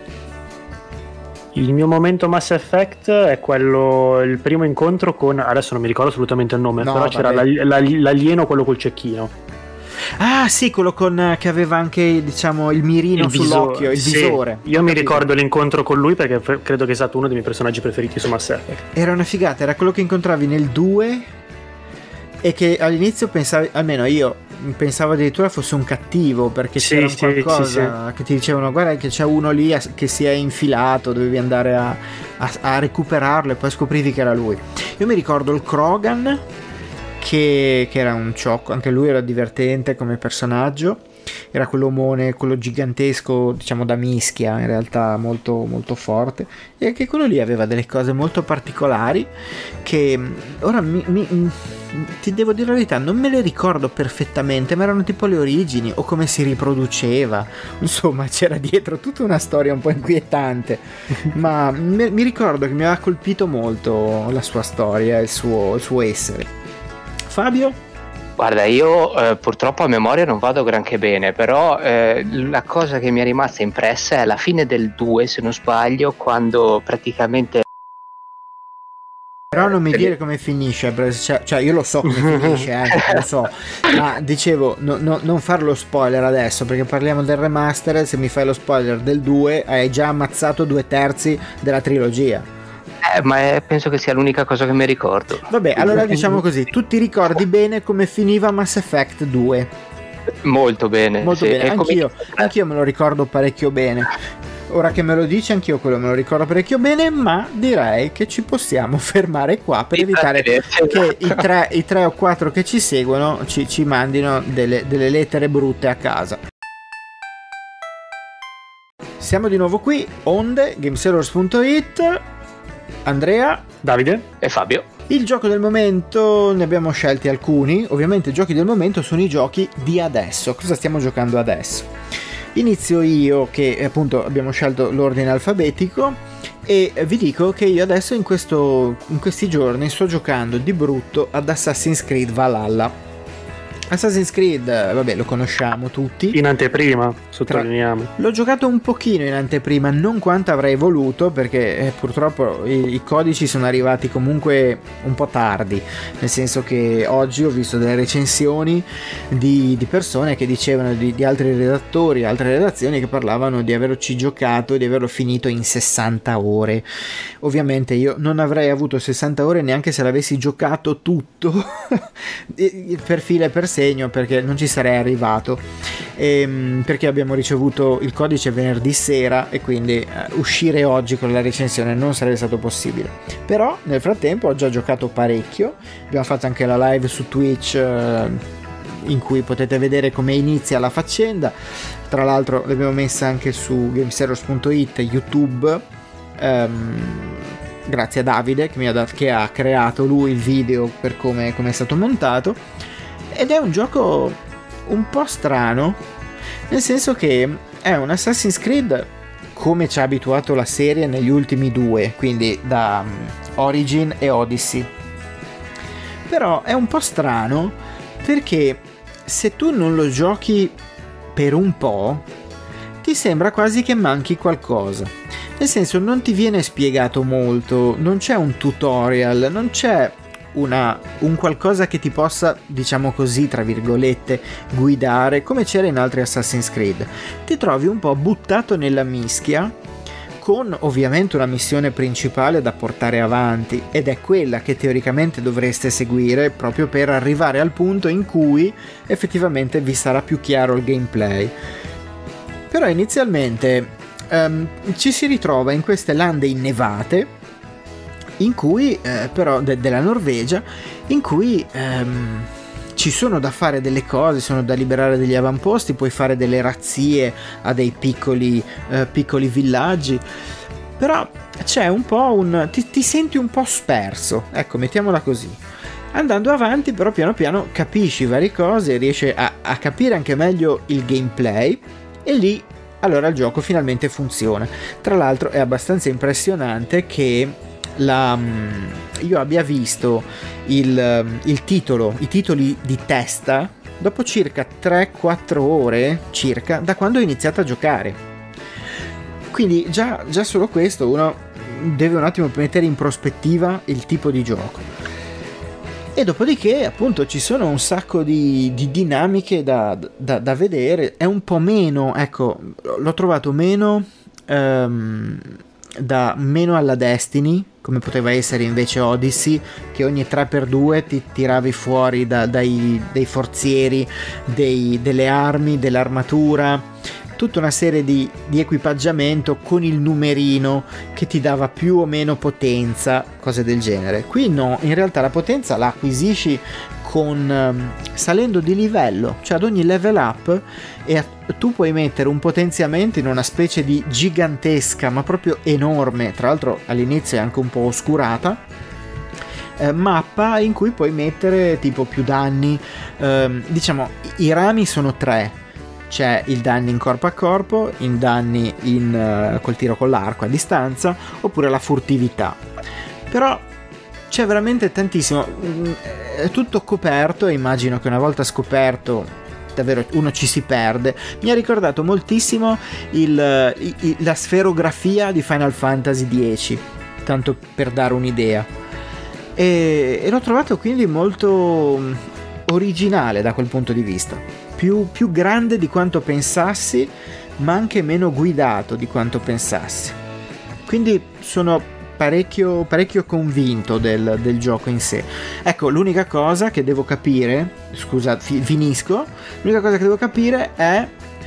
Il mio momento Mass Effect è quello, il primo incontro con, adesso non mi ricordo assolutamente il nome, no, però c'era la, la, l'alieno, quello col cecchino. Ah sì, quello con che aveva anche diciamo il mirino il sull'occhio, il sì, visore. Io mi ricordo l'incontro con lui perché credo che sia stato uno dei miei personaggi preferiti su Mass Effect. Era una figata, era quello che incontravi nel due e che all'inizio pensavi, almeno io pensavo addirittura fosse un cattivo, perché sì, c'era un sì, qualcosa sì, sì. che ti dicevano guarda che c'è uno lì che si è infilato, dovevi andare a, a, a recuperarlo, e poi scoprivi che era lui. Io mi ricordo il Krogan che, che era un ciocco, anche lui era divertente come personaggio, era quell'omone, quello gigantesco, diciamo da mischia, in realtà molto molto forte, e anche quello lì aveva delle cose molto particolari che ora mi, mi, ti devo dire la verità, non me le ricordo perfettamente, ma erano tipo le origini o come si riproduceva, insomma c'era dietro tutta una storia un po' inquietante, ma mi, mi ricordo che mi aveva colpito molto la sua storia e il suo, il suo essere. Fabio? Guarda, io eh, purtroppo a memoria non vado granché bene, però eh, la cosa che mi è rimasta impressa è la fine del due, se non sbaglio, quando praticamente... Però non mi dire come finisce, cioè, cioè io lo so come finisce, eh, lo so, ma dicevo, no, no, non fare lo spoiler adesso, perché parliamo del remaster, se mi fai lo spoiler del due hai già ammazzato due terzi della trilogia. Eh, ma è, penso che sia l'unica cosa che mi ricordo. Vabbè, allora diciamo così, tu ti ricordi bene come finiva Mass Effect due? Molto bene. Molto sì. bene, anch'io, come... anch'io me lo ricordo parecchio bene. Ora che me lo dici, anch'io quello me lo ricordo parecchio bene, ma direi che ci possiamo fermare qua per evitare che i tre, i tre o quattro che ci seguono ci, ci mandino delle, delle lettere brutte a casa. Siamo di nuovo qui, Onde, Gameservice punto it. Andrea, Davide e Fabio. Il gioco del momento, ne abbiamo scelti alcuni. Ovviamente i giochi del momento sono i giochi di adesso. Cosa stiamo giocando adesso? Inizio io, che appunto abbiamo scelto l'ordine alfabetico, e vi dico che io adesso in, questo, in questi giorni sto giocando di brutto ad Assassin's Creed Valhalla. Assassin's Creed, vabbè, lo conosciamo tutti. In anteprima, sottolineiamo. L'ho giocato un pochino in anteprima, non quanto avrei voluto, perché eh, purtroppo i, i codici sono arrivati comunque un po' tardi, nel senso che oggi ho visto delle recensioni di, di persone che dicevano di, di altri redattori, altre redazioni che parlavano di averci giocato e di averlo finito in sessanta ore. Ovviamente io non avrei avuto sessanta ore neanche se l'avessi giocato tutto per fila e per segno, perché non ci sarei arrivato, ehm, perché abbiamo ricevuto il codice venerdì sera e quindi eh, uscire oggi con la recensione non sarebbe stato possibile. Però nel frattempo ho già giocato parecchio, abbiamo fatto anche la live su Twitch eh, in cui potete vedere come inizia la faccenda. Tra l'altro l'abbiamo messa anche su Gameservice punto it, YouTube, ehm, grazie a Davide che, mi ha dat- che ha creato lui il video per come, come è stato montato. Ed è un gioco un po' strano, nel senso che è un Assassin's Creed come ci ha abituato la serie negli ultimi due, quindi da um, Origin e Odyssey. Però è un po' strano perché se tu non lo giochi per un po', ti sembra quasi che manchi qualcosa. Nel senso, non ti viene spiegato molto, non c'è un tutorial, non c'è Una, un qualcosa che ti possa, diciamo così, tra virgolette, guidare come c'era in altri Assassin's Creed. Ti trovi un po' buttato nella mischia, con ovviamente una missione principale da portare avanti, ed è quella che teoricamente dovreste seguire proprio per arrivare al punto in cui effettivamente vi sarà più chiaro il gameplay. Però inizialmente um, ci si ritrova in queste lande innevate, in cui eh, però de- della Norvegia, in cui ehm, ci sono da fare delle cose, sono da liberare degli avamposti, puoi fare delle razzie a dei piccoli eh, piccoli villaggi, però c'è un po' un ti, ti senti un po' sperso, ecco, mettiamola così. Andando avanti però piano piano capisci varie cose, riesci a, a capire anche meglio il gameplay, e lì allora il gioco finalmente funziona. Tra l'altro è abbastanza impressionante che La, io abbia visto il, il titolo, i titoli di testa dopo circa tre quattro ore circa da quando ho iniziato a giocare. Quindi già, già solo questo uno deve un attimo mettere in prospettiva il tipo di gioco. E dopodiché appunto ci sono un sacco di, di dinamiche da, da, da vedere. È un po' meno, ecco, l'ho trovato meno um, da meno alla Destiny, come poteva essere invece Odyssey, che ogni tre per due ti tiravi fuori da, dai, dei forzieri, dei, delle armi, dell'armatura, tutta una serie di, di equipaggiamento con il numerino che ti dava più o meno potenza, cose del genere. Qui no, in realtà la potenza la acquisisci con um, salendo di livello, cioè ad ogni level up, e a, tu puoi mettere un potenziamento in una specie di gigantesca, ma proprio enorme, tra l'altro all'inizio è anche un po' oscurata, eh, mappa in cui puoi mettere tipo più danni. Eh, diciamo i rami sono tre: c'è il danni in corpo a corpo, in danni in, uh, col tiro con l'arco a distanza, oppure la furtività. Però c'è veramente tantissimo, è tutto coperto e immagino che una volta scoperto davvero uno ci si perde. Mi ha ricordato moltissimo il, il, la sferografia di Final Fantasy dieci, tanto per dare un'idea, e, e l'ho trovato quindi molto originale da quel punto di vista, più, più grande di quanto pensassi, ma anche meno guidato di quanto pensassi, quindi sono parecchio, parecchio convinto del, del gioco in sé. Ecco, l'unica cosa che devo capire, scusa, fi, finisco, l'unica cosa che devo capire è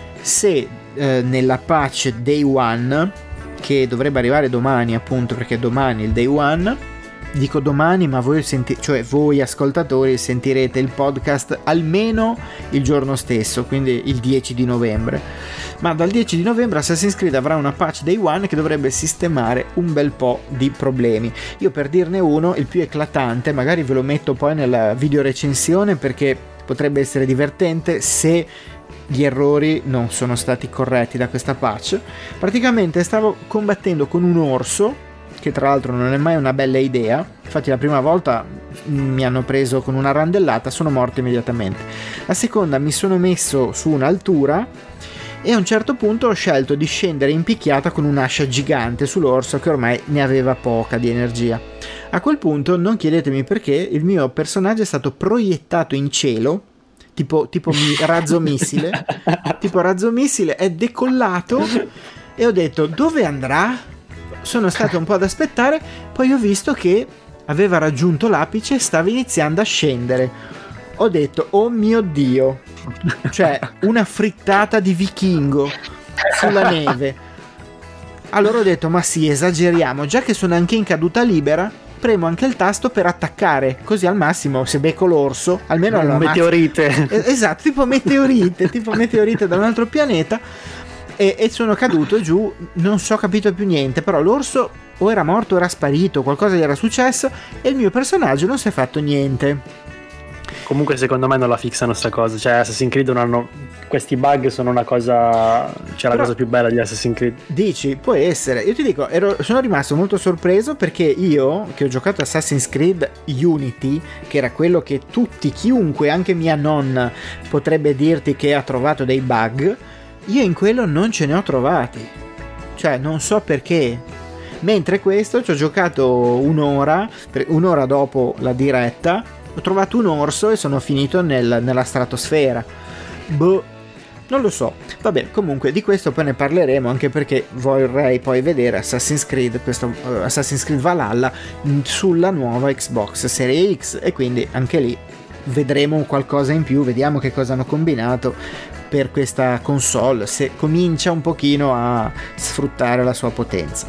se eh, nella patch Day One, che dovrebbe arrivare domani appunto, perché domani è il Day One, dico domani, ma voi senti- cioè voi ascoltatori sentirete il podcast almeno il giorno stesso, quindi il dieci di novembre, ma dal dieci di novembre Assassin's Creed avrà una patch Day One che dovrebbe sistemare un bel po' di problemi. Io, per dirne uno, il più eclatante, magari ve lo metto poi nella video recensione perché potrebbe essere divertente se gli errori non sono stati corretti da questa patch. Praticamente stavo combattendo con un orso, che tra l'altro non è mai una bella idea, infatti la prima volta mi hanno preso con una randellata, sono morto immediatamente. La seconda mi sono messo su un'altura e a un certo punto ho scelto di scendere in picchiata con un'ascia gigante sull'orso che ormai ne aveva poca di energia. A quel punto, non chiedetemi perché, il mio personaggio è stato proiettato in cielo, tipo, tipo razzo missile, tipo razzo missile, è decollato e ho detto dove andrà? Sono stato un po' ad aspettare, poi ho visto che aveva raggiunto l'apice e stava iniziando a scendere. Ho detto, oh mio Dio, cioè una frittata di vichingo sulla neve. Allora ho detto, ma sì, esageriamo, già che sono anche in caduta libera, premo anche il tasto per attaccare, così al massimo se becco l'orso, almeno un meteorite. Mazza. Esatto, tipo meteorite, tipo meteorite da un altro pianeta. E, e sono caduto giù, non so capito più niente, però l'orso o era morto o era sparito, qualcosa gli era successo e il mio personaggio non si è fatto niente. Comunque secondo me non la fixano sta cosa, cioè Assassin's Creed non hanno, questi bug sono una cosa, cioè la cosa più bella di Assassin's Creed. Dici, può essere. Io ti dico, ero, sono rimasto molto sorpreso perché io che ho giocato Assassin's Creed Unity, che era quello che tutti, chiunque, anche mia nonna potrebbe dirti che ha trovato dei bug, io in quello non ce ne ho trovati, cioè non so perché. Mentre questo ci ho giocato un'ora, un'ora dopo la diretta, ho trovato un orso e sono finito nel, nella stratosfera. Boh, non lo so. Vabbè, comunque di questo poi ne parleremo, anche perché vorrei poi vedere Assassin's Creed, questo uh, Assassin's Creed Valhalla sulla nuova Xbox Series X, e quindi anche lì vedremo qualcosa in più, vediamo che cosa hanno combinato per questa console, se comincia un pochino a sfruttare la sua potenza.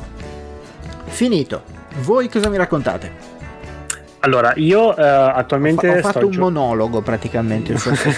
Finito, voi cosa mi raccontate? Allora, io uh, attualmente ho, fa- ho fatto sto un gio- monologo praticamente.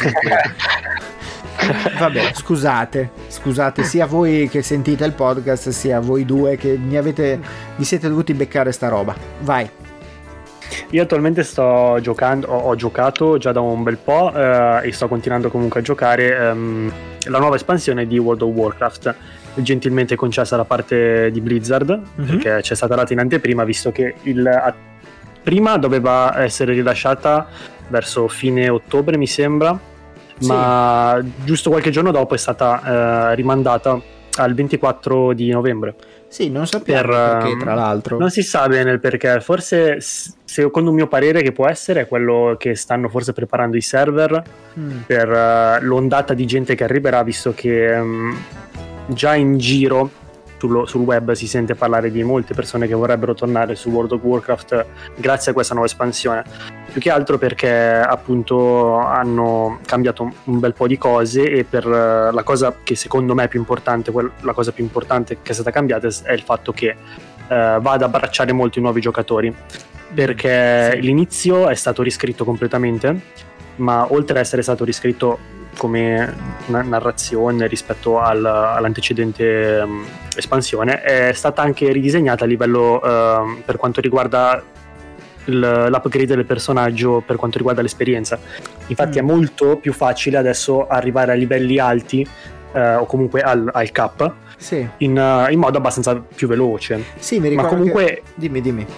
Vabbè, scusate, scusate sia voi che sentite il podcast, sia voi due che mi avete, vi siete dovuti beccare sta roba. Vai. Io attualmente sto giocando, ho, ho giocato già da un bel po' eh, e sto continuando comunque a giocare ehm, la nuova espansione di World of Warcraft, gentilmente concessa da parte di Blizzard, mm-hmm. perché c'è stata data in anteprima, visto che il, a, prima doveva essere rilasciata verso fine ottobre mi sembra, sì. ma giusto qualche giorno dopo è stata eh, rimandata al ventiquattro di novembre. Sì, non sappiamo per, perché, tra l'altro. Non si sa bene il perché, forse secondo un mio parere che può essere è quello che stanno forse preparando i server mm. per uh, l'ondata di gente che arriverà, visto che um, già in giro sullo, sul web si sente parlare di molte persone che vorrebbero tornare su World of Warcraft grazie a questa nuova espansione, più che altro perché appunto hanno cambiato un bel po' di cose, e per uh, la cosa che secondo me è più importante, quella, la cosa più importante che è stata cambiata è il fatto che uh, va ad abbracciare molto i nuovi giocatori, perché sì. l'inizio è stato riscritto completamente, ma oltre ad essere stato riscritto come una narrazione rispetto al, all'antecedente um, espansione, è stata anche ridisegnata a livello uh, per quanto riguarda il, l'upgrade del personaggio, per quanto riguarda l'esperienza. Infatti mm. è molto più facile adesso arrivare a livelli alti uh, o comunque al, al cap sì. in, uh, in modo abbastanza più veloce. Sì, mi ricordo. Ma comunque che... dimmi dimmi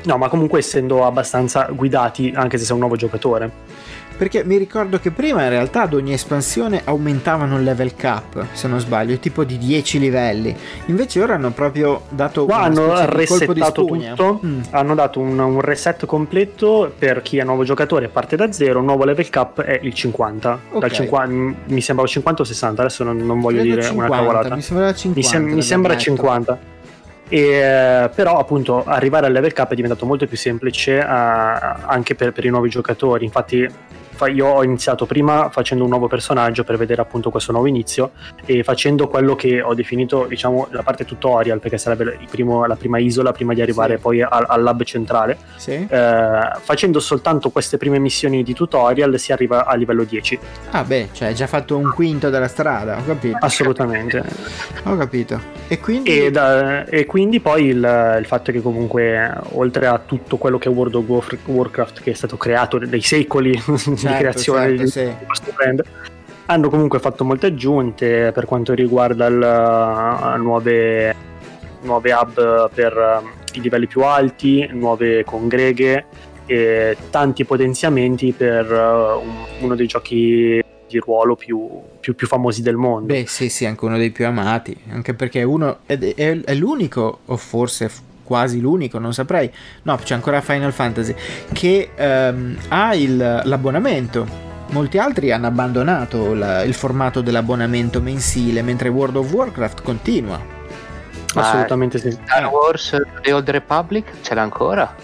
No, ma comunque essendo abbastanza guidati, anche se sei un nuovo giocatore. Perché mi ricordo che prima in realtà ad ogni espansione aumentavano il level cap, se non sbaglio, tipo di dieci livelli. Invece ora hanno proprio dato Qua una hanno specie di colpo di resettato spugna. tutto, Mm. hanno dato un, un reset completo per chi è nuovo giocatore, parte da zero, un nuovo level cap è il cinquanta. Ok. Dal cinquanta mi sembra cinquanta o sessanta, adesso non, non voglio Credo dire cinquanta, una cavolata. mi sembra cinquanta. Mi, sem- mi l'avevo sembra letto. cinquanta. E, eh, però appunto arrivare al level cap è diventato molto più semplice eh, anche per, per i nuovi giocatori. Infatti fa- io ho iniziato prima facendo un nuovo personaggio per vedere appunto questo nuovo inizio, e facendo quello che ho definito, diciamo, la parte tutorial, perché sarebbe il primo, la prima isola prima di arrivare Sì. poi al, al lab centrale. Sì? Eh, facendo soltanto queste prime missioni di tutorial si arriva a livello dieci. Ah beh, cioè hai già fatto un quinto della strada, ho capito. Assolutamente. Ho capito. E quindi... E, da- e quindi poi il, il fatto è che comunque oltre a tutto quello che è World of Warf- Warcraft, che è stato creato dei secoli di Certo, creazione certo, di sì. di questo brand, hanno comunque fatto molte aggiunte per quanto riguarda il, uh, nuove, nuove hub per uh, i livelli più alti, nuove congreghe e tanti potenziamenti per uh, un- uno dei giochi di ruolo più, più, più famosi del mondo. Beh sì sì, anche uno dei più amati, anche perché uno è, è, è l'unico, o forse f- quasi l'unico, non saprei, no c'è ancora Final Fantasy, che ehm, ha il, l'abbonamento. Molti altri hanno abbandonato la- il formato dell'abbonamento mensile, mentre World of Warcraft continua. Assolutamente sì. Star Wars The Old Republic ce l'ha ancora?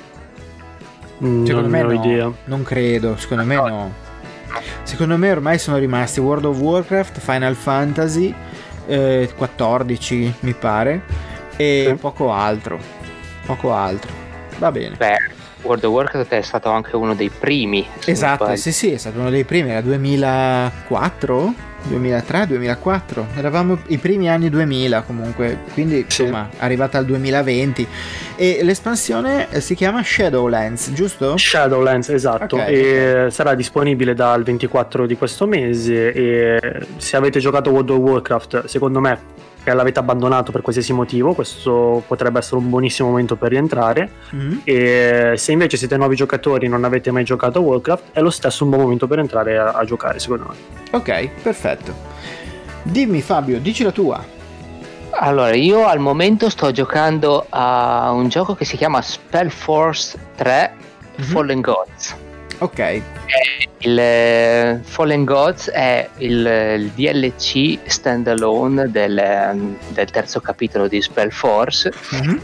Mm, Secondo non me ne ho no, idea. non credo, secondo me no. Secondo me ormai sono rimasti World of Warcraft, Final Fantasy eh, quattordici mi pare, e Sì. poco altro. Poco altro. Va bene. Beh, World of Warcraft è stato anche uno dei primi. se non Esatto, sbaglio. sì sì, è stato uno dei primi, era duemilaquattro, duemilatré, duemilaquattro, eravamo i primi anni duemila comunque, quindi Sì. insomma arrivata al duemilaventi, e l'espansione eh, si chiama Shadowlands, giusto? Shadowlands, esatto, Ok, e sarà disponibile dal ventiquattro di questo mese, e se avete giocato World of Warcraft, secondo me, che l'avete abbandonato per qualsiasi motivo, questo potrebbe essere un buonissimo momento per rientrare. Mm. E se invece siete nuovi giocatori e non avete mai giocato a Warcraft, è lo stesso un buon momento per entrare a, a giocare, secondo me. Ok, perfetto. Dimmi Fabio, dici la tua. Allora, io al momento sto giocando a un gioco che si chiama Spellforce tre Mhm. Fallen Gods. Ok, Il eh, Fallen Gods è il, il D L C standalone del, ehm, del terzo capitolo di Spellforce, Mhm.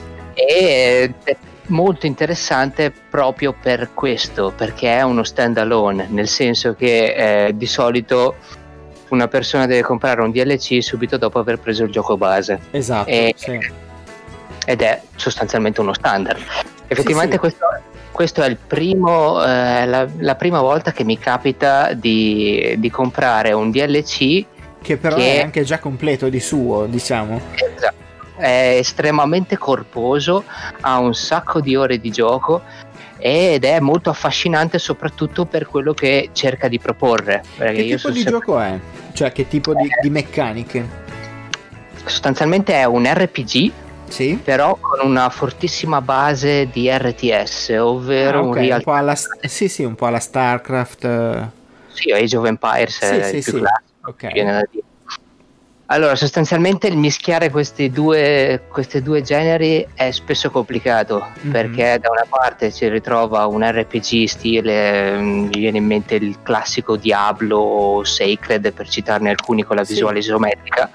e è molto interessante proprio per questo, perché è uno standalone, nel senso che eh, di solito una persona deve comprare un D L C subito dopo aver preso il gioco base, esatto, E- sì. ed è sostanzialmente uno standard. Effettivamente sì. questo, questo è il primo, eh, la, la prima volta che mi capita di, di comprare un D L C Che però che- è anche già completo di suo, diciamo. esatto, è estremamente corposo, ha un sacco di ore di gioco ed è molto affascinante soprattutto per quello che cerca di proporre. Perché Che io tipo sono di sempre- gioco è? Cioè, che tipo di, di meccaniche? sostanzialmente è un R P G, Sì? però con una fortissima base di R T S, ovvero Ah, un ok, real un po' alla, sì, sì, un po' alla StarCraft. eh. sì, Age of Empires Sì, è sì, il più sì. classico, Ok. mi viene da dire. Allora, sostanzialmente il mischiare questi due, questi due generi è spesso complicato, Mhm. perché da una parte si ritrova un R P G stile, mm, mi viene in mente il classico Diablo o Sacred, per citarne alcuni, con la Sì. visuale isometrica,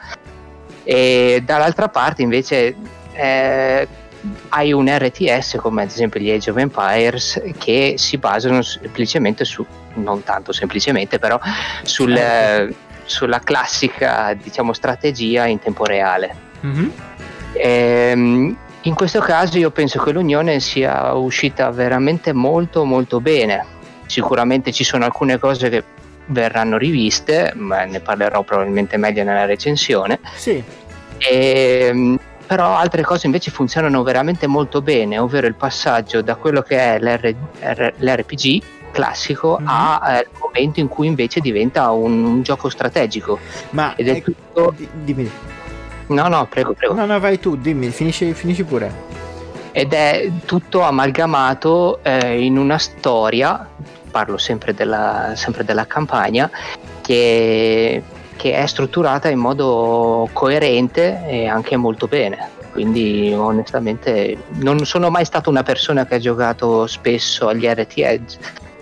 e dall'altra parte invece eh, hai un R T S come ad esempio gli Age of Empires, che si basano semplicemente su, non tanto semplicemente, però sul, Certo. eh, sulla classica, diciamo, strategia in tempo reale. Mhm. Ehm, in questo caso io penso che l'Unione sia uscita veramente molto molto bene. Sicuramente ci sono alcune cose che verranno riviste, ma ne parlerò probabilmente meglio nella recensione. Sì, Ehm, però altre cose invece funzionano veramente molto bene, ovvero il passaggio da quello che è l'R- R- l'R P G classico Mhm. a eh, il momento in cui invece diventa un, un gioco strategico. ma Ed è è- tutto... di- dimmi. No, no, prego, prego. No, no, vai tu, dimmi, finisci, finisci pure. ed è tutto amalgamato eh, in una storia, parlo sempre della, sempre della campagna, che, che è strutturata in modo coerente e anche molto bene. Quindi onestamente non sono mai stato una persona che ha giocato spesso agli R T S,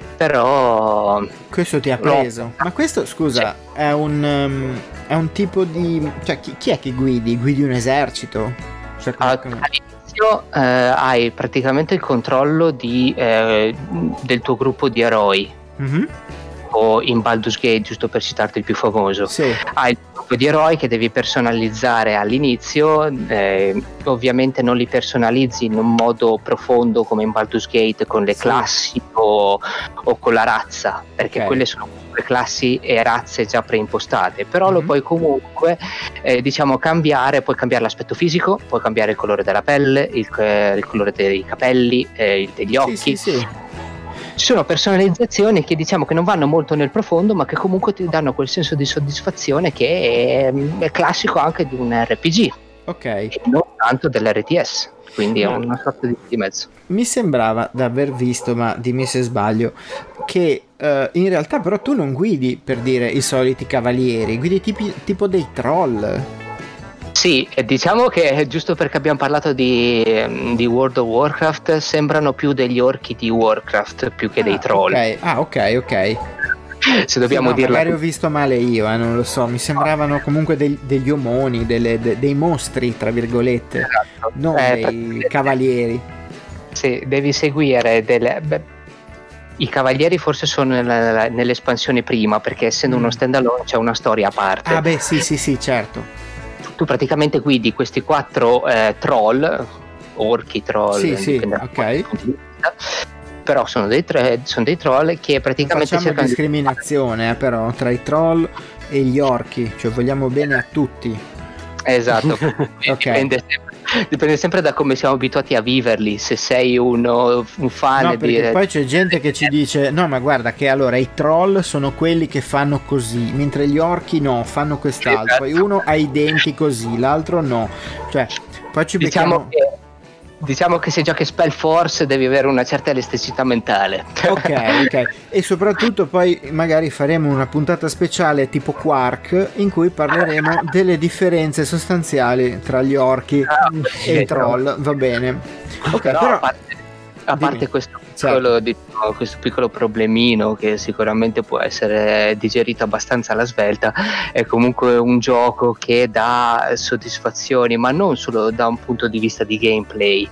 però questo ti ha preso. No. Ma questo, scusa, sì. è un um, è un tipo di, cioè chi, chi è che guidi? Guidi un esercito? Cioè, allora, all'inizio eh, hai praticamente il controllo di, eh, del tuo gruppo di eroi. Mm-hmm. O in Baldur's Gate, giusto per citarti il più famoso, sì. Hai il gruppo di eroi che devi personalizzare all'inizio, eh, ovviamente non li personalizzi in un modo profondo come in Baldur's Gate con le sì. classi o, o con la razza, perché okay. quelle sono le classi e razze già preimpostate, però mm-hmm. lo puoi comunque eh, diciamo cambiare, puoi cambiare l'aspetto fisico, puoi cambiare il colore della pelle, il, il colore dei capelli, eh, degli occhi. Sì, sì, sì. Ci sono personalizzazioni che diciamo che non vanno molto nel profondo, ma che comunque ti danno quel senso di soddisfazione che è, è classico anche di un R P G, ok, e non tanto dell'R T S, quindi no. è una sorta di, di mezzo. Mi sembrava di aver visto, ma dimmi se sbaglio, che uh, in realtà però tu non guidi, per dire, i soliti cavalieri, guidi tipi, tipo dei troll. Sì, diciamo che giusto perché abbiamo parlato di, di World of Warcraft, sembrano più degli orchi di Warcraft più che ah, dei troll. Okay. Ah, ok, ok. Se dobbiamo sì, no, dirla. Magari ho visto male io, eh, non lo so. Mi sembravano comunque dei, degli omoni, delle, de, dei mostri, tra virgolette, esatto. non eh, dei cavalieri. Sì, devi seguire delle... Beh, i cavalieri forse sono nella, nell'espansione prima, perché essendo mm. uno standalone c'è una storia a parte. Ah beh, sì, sì, sì, certo. Tu praticamente guidi questi quattro eh, troll, orchi troll, sì, sì, ok. Però sono dei, tre, sono dei troll che praticamente non facciamo discriminazione di... eh, però tra i troll e gli orchi, cioè vogliamo bene a tutti. Esatto. okay. dipende, sempre, dipende sempre da come siamo abituati a viverli. Se sei uno, un fan no, di... perché poi c'è gente che ci dice no ma guarda che allora i troll sono quelli che fanno così, mentre gli orchi no, fanno quest'altro, esatto. Poi uno ha i denti così, l'altro no, cioè poi ci diciamo becchiamo... che Diciamo che se giochi Spellforce devi avere una certa elasticità mentale. Ok, ok. E soprattutto poi magari faremo una puntata speciale tipo Quark in cui parleremo delle differenze sostanziali tra gli orchi ah, e i troll, va bene. Ok, però, però... a parte, a parte questo, piccolo, certo. diciamo, questo piccolo problemino che sicuramente può essere digerito abbastanza alla svelta, è comunque un gioco che dà soddisfazioni, ma non solo da un punto di vista di gameplay,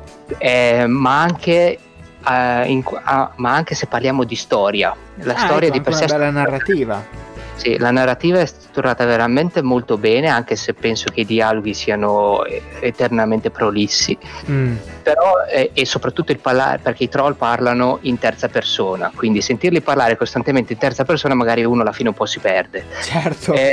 eh, ma anche eh, in, ah, ma anche se parliamo di storia. La ah, storia ecco, di per sé, una bella narrativa. Sì, la narrativa è strutturata veramente molto bene, anche se penso che i dialoghi siano eternamente prolissi. Mm. Però, eh, e soprattutto il parlare, perché i troll parlano in terza persona, quindi sentirli parlare costantemente in terza persona magari uno alla fine un po' si perde. Certo. Eh,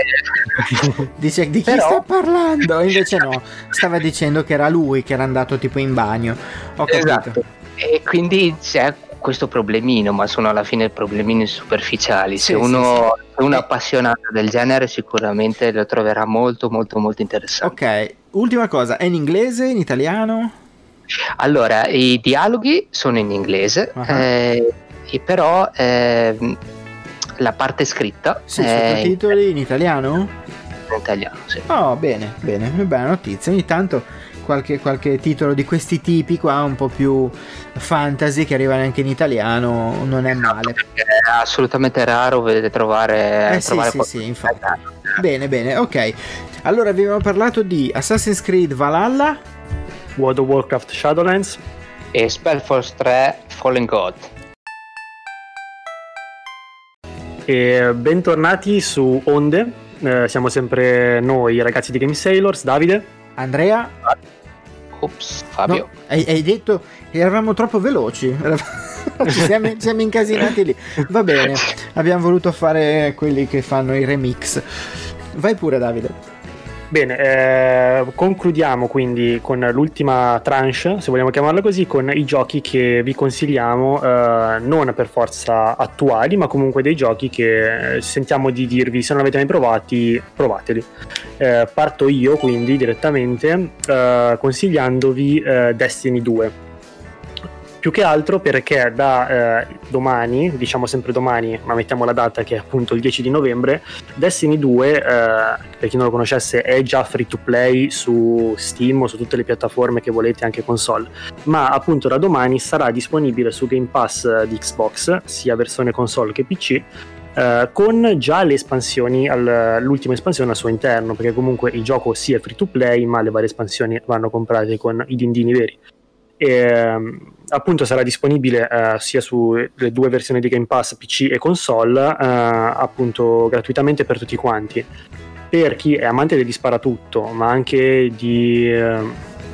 dice di chi però... sta parlando? Invece no, stava dicendo che era lui che era andato tipo in bagno. Ho capito. Esatto. E quindi c'è questo problemino, ma sono alla fine problemini superficiali. Se sì, uno, sì, sì. uno è appassionato del genere sicuramente lo troverà molto molto molto interessante. Ok, ultima cosa, è in inglese, in italiano? Allora, i dialoghi sono in inglese, uh-huh. eh, e però eh, la parte scritta sì, è sottotitoli in italiano? In italiano, sì. Oh, bene, bene, bella notizia. Ogni tanto Qualche, qualche titolo di questi tipi qua un po' più fantasy che arrivano anche in italiano non è male. È assolutamente raro vedere trovare, eh trovare sì sì sì infatti. Bene bene, ok, allora abbiamo parlato di Assassin's Creed Valhalla, World of Warcraft Shadowlands e Spellforce tre Fallen God. E bentornati su Onde, eh, siamo sempre noi ragazzi di Game Sailors, Davide, Andrea. Ops, Fabio. No, hai, hai detto eravamo troppo veloci. ci, siamo, ci siamo incasinati lì. Va bene, abbiamo voluto fare quelli che fanno i remix. Vai pure, Davide. Bene, eh, concludiamo quindi con l'ultima tranche, se vogliamo chiamarla così, con i giochi che vi consigliamo, eh, non per forza attuali, ma comunque dei giochi che sentiamo di dirvi, se non avete mai provati, provateli. Eh, parto io quindi direttamente eh, consigliandovi eh, Destiny due. Più che altro perché da eh, domani, diciamo sempre domani, ma mettiamo la data che è appunto il dieci di novembre, Destiny due, eh, per chi non lo conoscesse, è già free to play su Steam o su tutte le piattaforme che volete, anche console, ma appunto da domani sarà disponibile su Game Pass di Xbox, sia versione console che P C, eh, con già le espansioni, al, l'ultima espansione al suo interno, perché comunque il gioco sì è free to play, ma le varie espansioni vanno comprate con i dindini veri. E, appunto sarà disponibile uh, sia sulle due versioni di Game Pass P C e console, uh, appunto gratuitamente per tutti quanti. Per chi è amante degli sparatutto, ma anche di uh,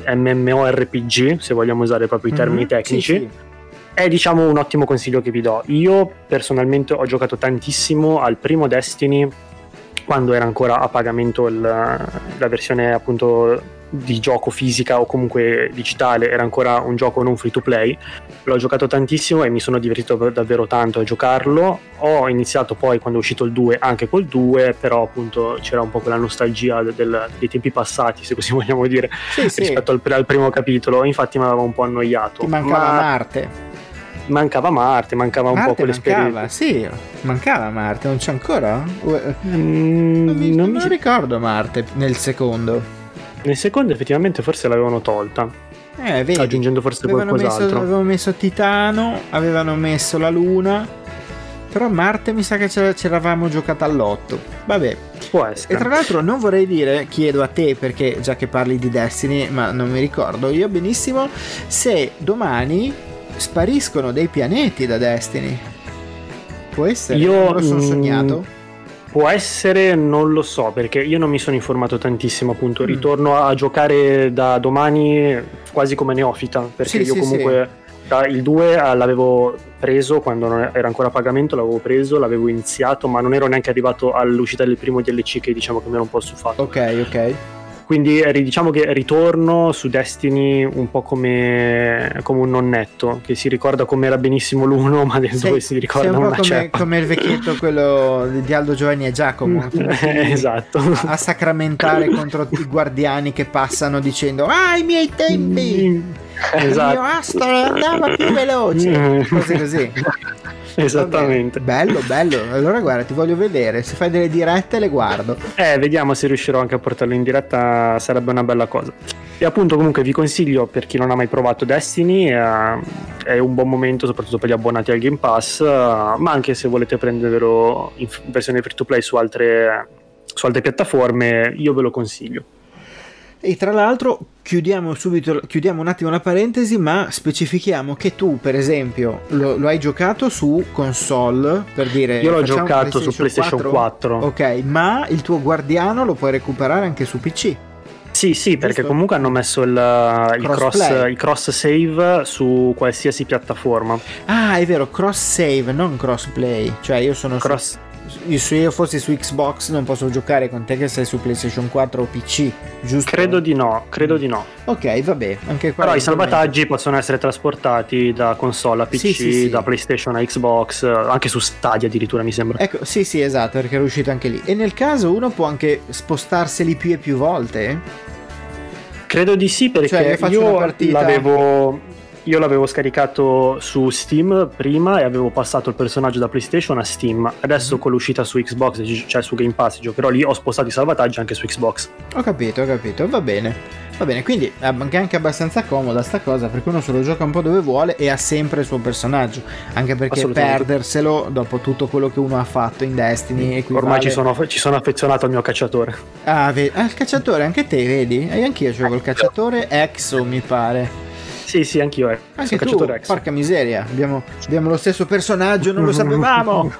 MMORPG, se vogliamo usare proprio i termini mm-hmm, tecnici, sì, sì. È diciamo un ottimo consiglio che vi do. Io personalmente ho giocato tantissimo al primo Destiny quando era ancora a pagamento il, la versione appunto di gioco fisica o comunque digitale, era ancora un gioco non free to play. L'ho giocato tantissimo e mi sono divertito davvero tanto a giocarlo. Ho iniziato poi quando è uscito il due anche col due, però appunto c'era un po' quella nostalgia del, del, dei tempi passati, se così vogliamo dire, sì, rispetto sì. Al, al primo capitolo. Infatti mi aveva un po' annoiato. Ti mancava ma... Marte. Mancava Marte, mancava Marte un po' quell'esperienza. Mancava, sì, mancava Marte, non c'è ancora? Mm, non mi, non non mi ricordo Marte nel secondo. Nel secondo effettivamente forse l'avevano tolta, eh, vedi, aggiungendo forse avevano qualcos'altro. Messo, avevano messo Titano, avevano messo la Luna, però Marte mi sa che ce l'avevamo giocata all'otto. Vabbè, può essere. E tra l'altro non vorrei dire, chiedo a te perché già che parli di Destiny, ma non mi ricordo io benissimo se domani spariscono dei pianeti da Destiny. Può essere? Io non lo sono sognato. Può essere, non lo so, perché io non mi sono informato tantissimo, appunto. Ritorno a giocare da domani quasi come neofita, perché sì, io sì, comunque sì. Il due l'avevo preso quando non era ancora a pagamento, l'avevo preso, l'avevo iniziato, ma non ero neanche arrivato all'uscita del primo D L C, che diciamo che mi ero un po' stufato. Ok, ok. Quindi diciamo che ritorno su Destiny un po' come, come un nonnetto che si ricorda come era benissimo l'uno, ma del due si ricorda un una po' ceppa. come, come il vecchietto, quello di Aldo, Giovanni e Giacomo, esatto, a sacramentare contro i guardiani che passano dicendo ah, i miei tempi, esatto. Il mio astro andava più veloce, cose così. Esattamente. Bello, bello. Allora guarda, ti voglio vedere. Se fai delle dirette le guardo. Eh, vediamo se riuscirò anche a portarlo in diretta, sarebbe una bella cosa. E appunto comunque vi consiglio, per chi non ha mai provato Destiny, eh, è un buon momento soprattutto per gli abbonati al Game Pass, eh, ma anche se volete prenderlo in versione free to play su altre, su altre piattaforme, io ve lo consiglio. E tra l'altro chiudiamo subito, chiudiamo un attimo la parentesi, ma specifichiamo che tu per esempio lo, lo hai giocato su console, per dire. Io l'ho giocato PlayStation su PlayStation quattro. Ok, ma il tuo guardiano lo puoi recuperare anche su P C. Sì, sì, perché Giusto? Comunque hanno messo il, il, cross, il cross save su qualsiasi piattaforma. Ah, è vero, cross save, non cross play. Cioè io sono cross... su, se io fossi su Xbox non posso giocare con te che sei su PlayStation quattro o P C, giusto? Credo di no, credo di no. Ok, vabbè, anche qua. Però i salvataggi possono essere trasportati da console a P C, sì, sì, sì. Da PlayStation a Xbox, anche su Stadia addirittura mi sembra. Ecco, sì, sì, esatto, perché è uscito anche lì. E nel caso uno può anche spostarseli più e più volte? Credo di sì, perché cioè, io, io partita... l'avevo io l'avevo scaricato su Steam prima e avevo passato il personaggio da PlayStation a Steam. Adesso mm-hmm. con l'uscita su Xbox, cioè su Game Pass, giocherò lì, ho spostato i salvataggi anche su Xbox. Ho capito, ho capito, va bene. Va bene, quindi è anche abbastanza comoda sta cosa, perché uno se lo gioca un po' dove vuole e ha sempre il suo personaggio, anche perché perderselo dopo tutto quello che uno ha fatto in Destiny equivale... Ormai ci sono, ci sono affezionato al mio cacciatore. Ah, vedi? Ah, il cacciatore, anche te, vedi? E anch'io c'avevo il cacciatore Exo, mi pare. Sì, sì, anch'io eh. Anche tu, cacciatore Exo. Porca miseria, abbiamo, abbiamo lo stesso personaggio, non lo sapevamo.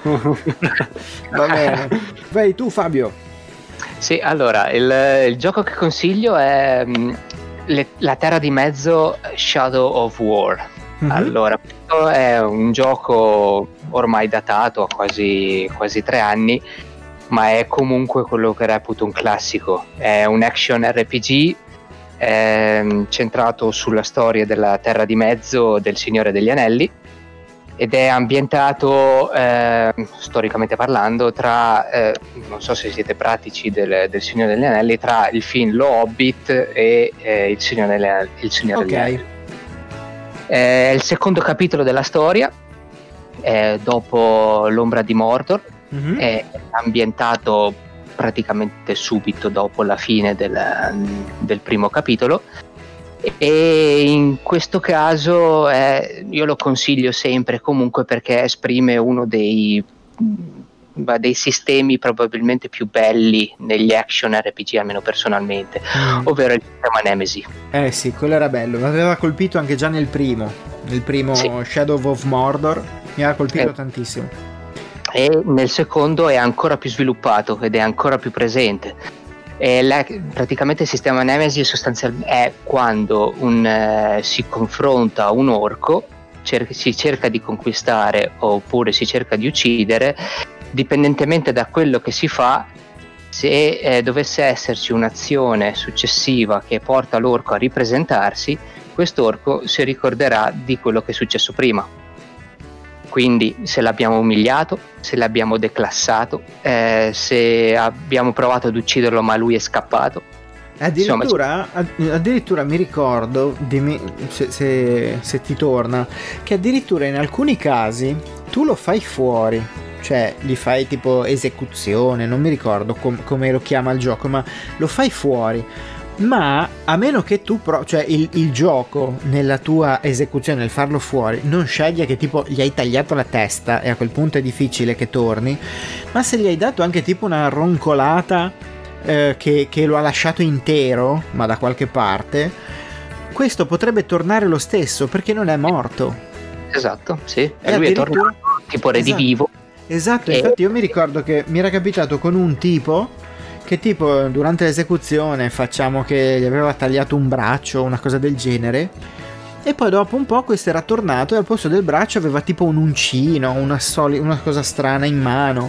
Va bene. Vai tu, Fabio. Sì, allora, il, il gioco che consiglio è um, le, la Terra di Mezzo Shadow of War. Mm-hmm. Allora, questo è un gioco ormai datato, quasi, quasi tre anni, ma è comunque quello che reputo un classico. È un action R P G ehm, centrato sulla storia della Terra di Mezzo del Signore degli Anelli, ed è ambientato eh, storicamente parlando tra eh, non so se siete pratici del, del Signore degli Anelli, tra il film Lo Hobbit e eh, il Signore, delle, il Signore okay. degli Anelli. È il secondo capitolo della storia, eh, dopo l'Ombra di Mordor. Mm-hmm. È ambientato praticamente subito dopo la fine del, del primo capitolo, e in questo caso eh, io lo consiglio sempre comunque perché esprime uno dei, dei sistemi probabilmente più belli negli action R P G, almeno personalmente, mm. ovvero il sistema Nemesis. Eh sì, quello era bello, mi aveva colpito anche già nel primo, nel primo sì. Shadow of Mordor, mi aveva colpito eh. tantissimo. E nel secondo è ancora più sviluppato ed è ancora più presente. E la, praticamente il sistema Nemesis sostanzialmente è quando un, eh, si confronta un orco, cer- si cerca di conquistare oppure si cerca di uccidere, dipendentemente da quello che si fa. Se eh, dovesse esserci un'azione successiva che porta l'orco a ripresentarsi, quest'orco si ricorderà di quello che è successo prima. Quindi se l'abbiamo umiliato, se l'abbiamo declassato, eh, se abbiamo provato ad ucciderlo ma lui è scappato. Addirittura, Insomma, addirittura mi ricordo, dimmi se, se, se ti torna, che addirittura in alcuni casi tu lo fai fuori, cioè gli fai tipo esecuzione, non mi ricordo com- come lo chiama il gioco, ma lo fai fuori. Ma a meno che tu pro- cioè il, il gioco nella tua esecuzione, nel farlo fuori, non sceglie che tipo gli hai tagliato la testa e a quel punto è difficile che torni, ma se gli hai dato anche tipo una roncolata eh, che, che lo ha lasciato intero ma da qualche parte, questo potrebbe tornare lo stesso perché non è morto. Esatto, sì, e lui è tornato tipo redivivo. Esatto, e... infatti io mi ricordo che mi era capitato con un tipo che tipo durante l'esecuzione facciamo che gli aveva tagliato un braccio, una cosa del genere, e poi dopo un po' questo era tornato e al posto del braccio aveva tipo un uncino, una, soli- una cosa strana in mano,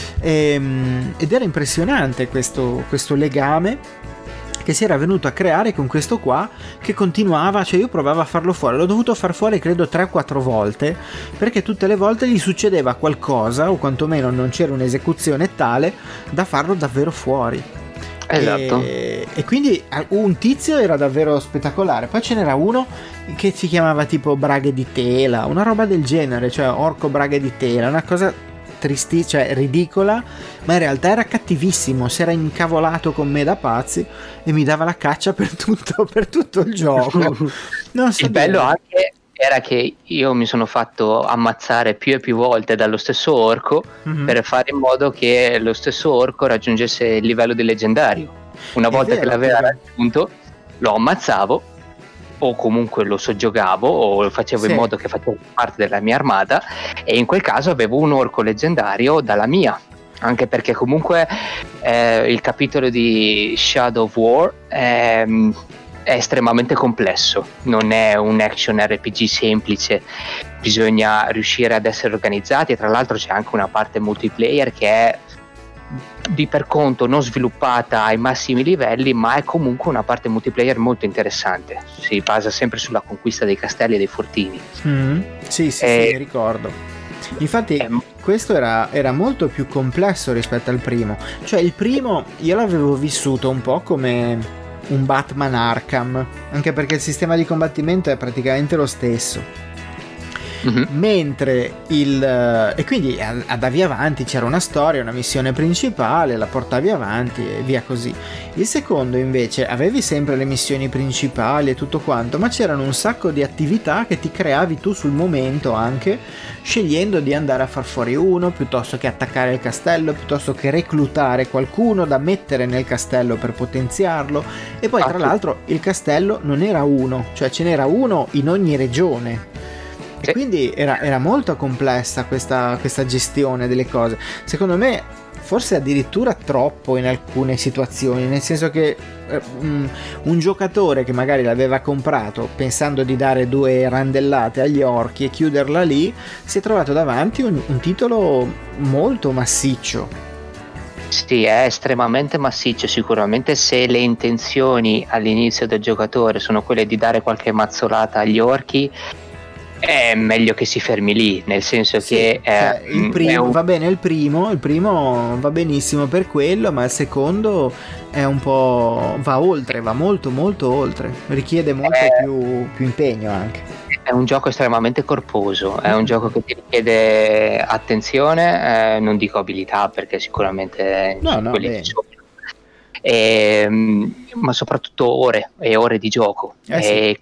e, ed era impressionante questo, questo legame che si era venuto a creare con questo qua, che continuava, cioè io provavo a farlo fuori, l'ho dovuto far fuori credo tre o quattro volte, perché tutte le volte gli succedeva qualcosa, o quantomeno non c'era un'esecuzione tale da farlo davvero fuori. Esatto. E, e quindi un tizio era davvero spettacolare, poi ce n'era uno che si chiamava tipo braghe di tela, una roba del genere, cioè orco braghe di tela, una cosa tristi, cioè ridicola, ma in realtà era cattivissimo, si era incavolato con me da pazzi e mi dava la caccia per tutto, per tutto il gioco. Non so il dire. bello anche era che io mi sono fatto ammazzare più e più volte dallo stesso orco, mm-hmm. per fare in modo che lo stesso orco raggiungesse il livello di leggendario. Una volta vero, che l'aveva raggiunto lo ammazzavo, o comunque lo soggiogavo o lo facevo sì. in modo che facesse parte della mia armata, e in quel caso avevo un orco leggendario dalla mia, anche perché comunque eh, il capitolo di Shadow of War è, è estremamente complesso, non è un action R P G semplice, bisogna riuscire ad essere organizzati, e tra l'altro c'è anche una parte multiplayer che è di per conto non sviluppata ai massimi livelli, ma è comunque una parte multiplayer molto interessante, si basa sempre sulla conquista dei castelli e dei fortini. Mm-hmm. Sì, sì, e... sì, mi ricordo. Infatti eh, questo era, era molto più complesso rispetto al primo, cioè il primo io l'avevo vissuto un po' come un Batman Arkham, anche perché il sistema di combattimento è praticamente lo stesso. Mm-hmm. Mentre il e quindi andavi avanti, c'era una storia, una missione principale, la portavi avanti e via così. Il secondo invece avevi sempre le missioni principali e tutto quanto, ma c'erano un sacco di attività che ti creavi tu sul momento, anche scegliendo di andare a far fuori uno piuttosto che attaccare il castello, piuttosto che reclutare qualcuno da mettere nel castello per potenziarlo. E poi tra l'altro il castello non era uno, cioè ce n'era uno in ogni regione. E quindi era, era molto complessa questa, questa gestione delle cose. Secondo me forse addirittura troppo in alcune situazioni, nel senso che eh, un, un giocatore che magari l'aveva comprato pensando di dare due randellate agli orchi e chiuderla lì, si è trovato davanti un, un titolo molto massiccio. sì, è estremamente massiccio. Sicuramente se le intenzioni all'inizio del giocatore sono quelle di dare qualche mazzolata agli orchi, è meglio che si fermi lì, nel senso Sì, che cioè, eh, il primo, è un... va bene il primo, il primo va benissimo per quello, ma il secondo è un po', va oltre, va molto molto oltre, richiede molto è... più, più impegno anche. È un gioco estremamente corposo, è un gioco che ti richiede attenzione, eh, non dico abilità perché sicuramente No, sono no, quelli bene. che sono, e, ma soprattutto ore e ore di gioco. Eh sì. e,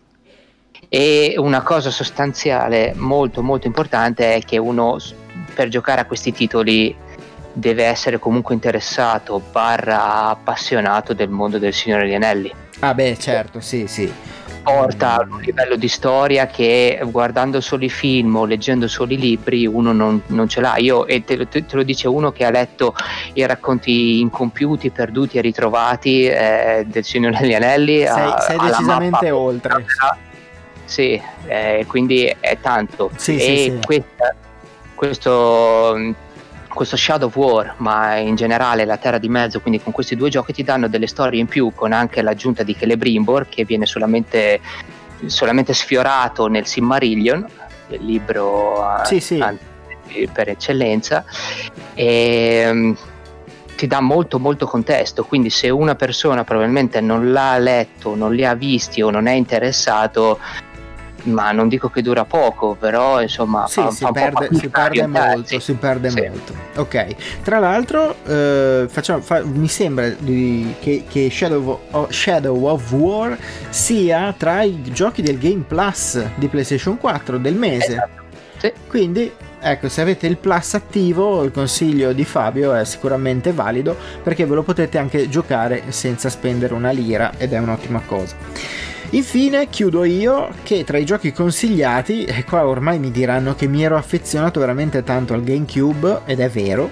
e una cosa sostanziale molto molto importante è che uno per giocare a questi titoli deve essere comunque interessato barra appassionato del mondo del Signore degli Anelli. Ah beh, certo, sì, sì. Porta a un livello di storia che guardando solo i film o leggendo solo i libri uno non, non ce l'ha. Io, e te, te, te lo dice uno che ha letto i racconti incompiuti, perduti e ritrovati eh, del Signore degli Anelli. Sei, a, sei decisamente mappa, oltre. Sì, eh, quindi è tanto. Sì, e sì, sì. Questa, questo questo Shadow of War, ma in generale la Terra di Mezzo, quindi con questi due giochi ti danno delle storie in più, con anche l'aggiunta di Celebrimbor che viene solamente, solamente sfiorato nel Silmarillion, il libro sì, sì. per eccellenza, e ti dà molto molto contesto, quindi se una persona probabilmente non l'ha letto, non li ha visti o non è interessato, ma non dico che dura poco, però insomma sì, fa, si, fa perde, si perde molto, si perde sì. molto. Ok, tra l'altro eh, facciamo, fa, mi sembra di, che, che Shadow of, Shadow of War sia tra i giochi del Game Plus di PlayStation quattro del mese. Esatto. Sì. Quindi ecco, se avete il Plus attivo, il consiglio di Fabio è sicuramente valido, perché ve lo potete anche giocare senza spendere una lira ed è un'ottima cosa. Infine chiudo io che tra i giochi consigliati, e qua ormai mi diranno che mi ero affezionato veramente tanto al GameCube, ed è vero,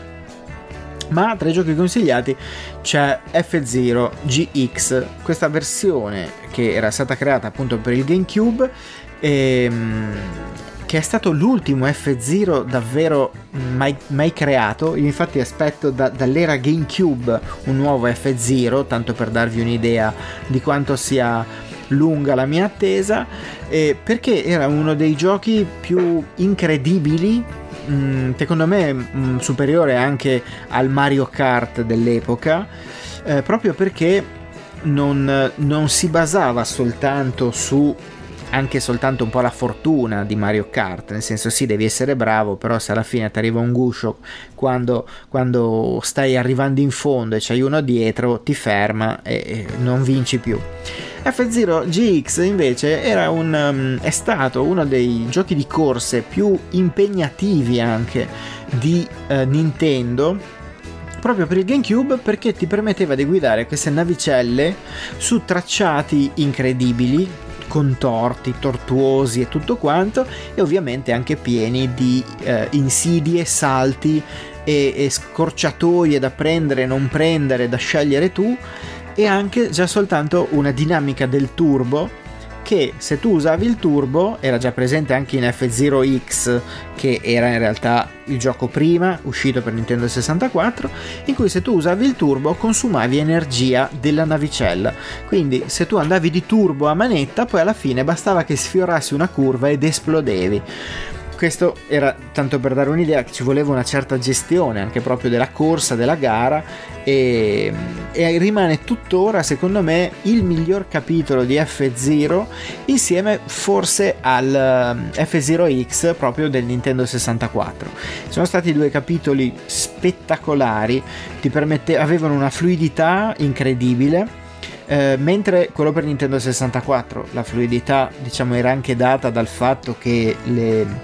ma tra i giochi consigliati c'è F-Zero G X, questa versione che era stata creata appunto per il GameCube, ehm, che è stato l'ultimo F-Zero davvero mai, mai creato. Io infatti aspetto da, dall'era GameCube un nuovo F-Zero, tanto per darvi un'idea di quanto sia lunga la mia attesa, eh, perché era uno dei giochi più incredibili, mh, secondo me mh, superiore anche al Mario Kart dell'epoca, eh, proprio perché non, non si basava soltanto su anche soltanto un po' la fortuna di Mario Kart, nel senso sì, devi essere bravo, però se alla fine ti arriva un guscio quando, quando stai arrivando in fondo e c'hai uno dietro, ti ferma e, e non vinci più. F-Zero G X invece era un, um, è stato uno dei giochi di corse più impegnativi anche di uh, Nintendo, proprio per il GameCube, perché ti permetteva di guidare queste navicelle su tracciati incredibili, contorti, tortuosi e tutto quanto, e ovviamente anche pieni di uh, insidie, salti e, e scorciatoie da prendere e non prendere, da scegliere tu, e anche già soltanto una dinamica del turbo, che se tu usavi il turbo era già presente anche in F-Zero X, che era in realtà il gioco prima uscito per Nintendo sessantaquattro, in cui se tu usavi il turbo consumavi energia della navicella, quindi se tu andavi di turbo a manetta poi alla fine bastava che sfiorassi una curva ed esplodevi. Questo era tanto per dare un'idea che ci voleva una certa gestione anche proprio della corsa, della gara, e, e rimane tuttora secondo me il miglior capitolo di F-Zero, insieme forse al F-Zero X proprio del Nintendo sessantaquattro. Sono stati due capitoli spettacolari, ti permette, avevano una fluidità incredibile. Eh, mentre quello per Nintendo sessantaquattro la fluidità diciamo era anche data dal fatto che le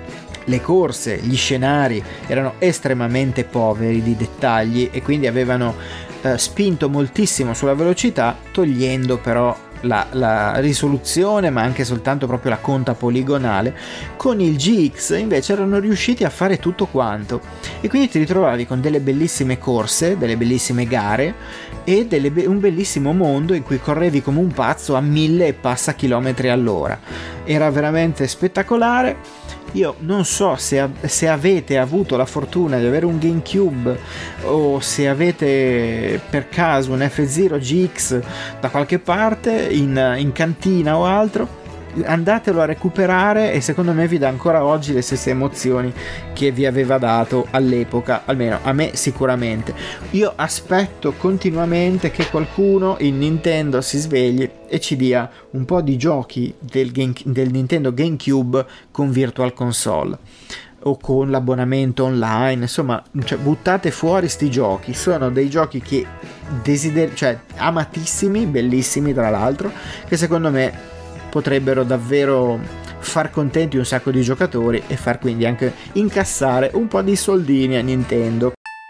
Le corse, gli scenari erano estremamente poveri di dettagli e quindi avevano eh, spinto moltissimo sulla velocità, togliendo però la, la risoluzione, ma anche soltanto proprio la conta poligonale. Con il G X invece erano riusciti a fare tutto quanto, e quindi ti ritrovavi con delle bellissime corse, delle bellissime gare e delle be- un bellissimo mondo in cui correvi come un pazzo a mille e passa chilometri all'ora. Era veramente spettacolare. Io non so se, se avete avuto la fortuna di avere un GameCube o se avete per caso un F Zero G X da qualche parte in, in cantina o altro, andatelo a recuperare e secondo me vi dà ancora oggi le stesse emozioni che vi aveva dato all'epoca, almeno a me sicuramente. Io aspetto continuamente che qualcuno in Nintendo si svegli e ci dia un po' di giochi del, game, del Nintendo GameCube con Virtual Console o con l'abbonamento online, insomma, cioè, buttate fuori sti giochi, sono dei giochi che desider- cioè amatissimi, bellissimi tra l'altro, che secondo me potrebbero davvero far contenti un sacco di giocatori e far quindi anche incassare un po' di soldini a Nintendo.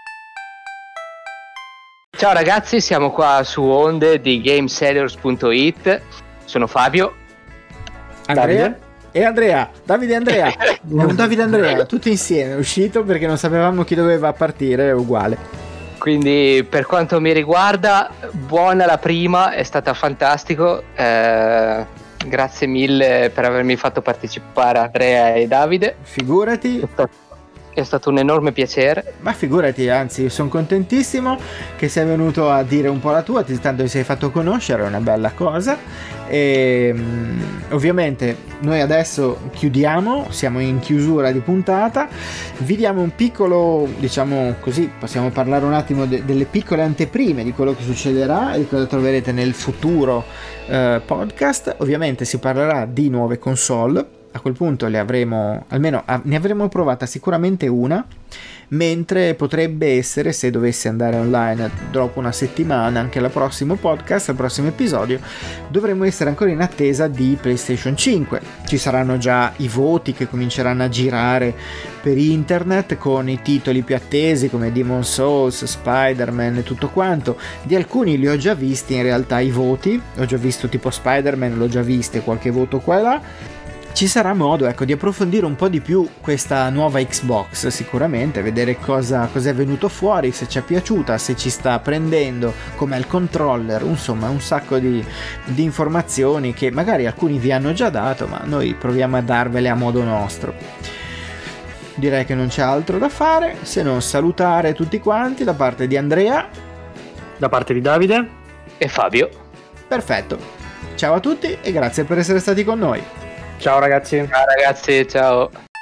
Ciao ragazzi, siamo qua su onde di Gamesellers punto it. Sono Fabio, Andrea Davide. e Andrea. Davide e Andrea. È un Davide e Andrea, tutti insieme, è uscito perché non sapevamo chi doveva partire, è uguale. quindi per quanto mi riguarda buona la prima, è stata fantastico. Eh... Grazie mille per avermi fatto partecipare, Andrea e Davide. Figurati. È stato, è stato un enorme piacere. Ma figurati, anzi, sono contentissimo che sei venuto a dire un po' la tua, tanto ti sei fatto conoscere, è una bella cosa. E ovviamente noi adesso chiudiamo, siamo in chiusura di puntata, vi diamo un piccolo, diciamo così, possiamo parlare un attimo de- delle piccole anteprime di quello che succederà e di cosa troverete nel futuro eh, podcast. Ovviamente si parlerà di nuove console, a quel punto le avremo, almeno ah, ne avremo provata sicuramente una, mentre potrebbe essere, se dovesse andare online dopo una settimana, anche al prossimo podcast, al prossimo episodio, dovremmo essere ancora in attesa di PlayStation cinque. Ci saranno già i voti che cominceranno a girare per internet con i titoli più attesi come Demon's Souls, Spider-Man e tutto quanto. Di alcuni li ho già visti in realtà i voti, ho già visto tipo Spider-Man, l'ho già visto, qualche voto qua e là. Ci sarà modo, ecco, di approfondire un po' di più questa nuova Xbox, sicuramente, vedere cosa, cosa è venuto fuori, se ci è piaciuta, se ci sta prendendo, com'è il controller, insomma un sacco di, di informazioni che magari alcuni vi hanno già dato, ma noi proviamo a darvele a modo nostro. Direi che non c'è altro da fare, se non salutare tutti quanti da parte di Andrea. Da parte di Davide. E Fabio. Perfetto. Ciao a tutti e grazie per essere stati con noi. Ciao ragazzi. Ciao ragazzi, ciao.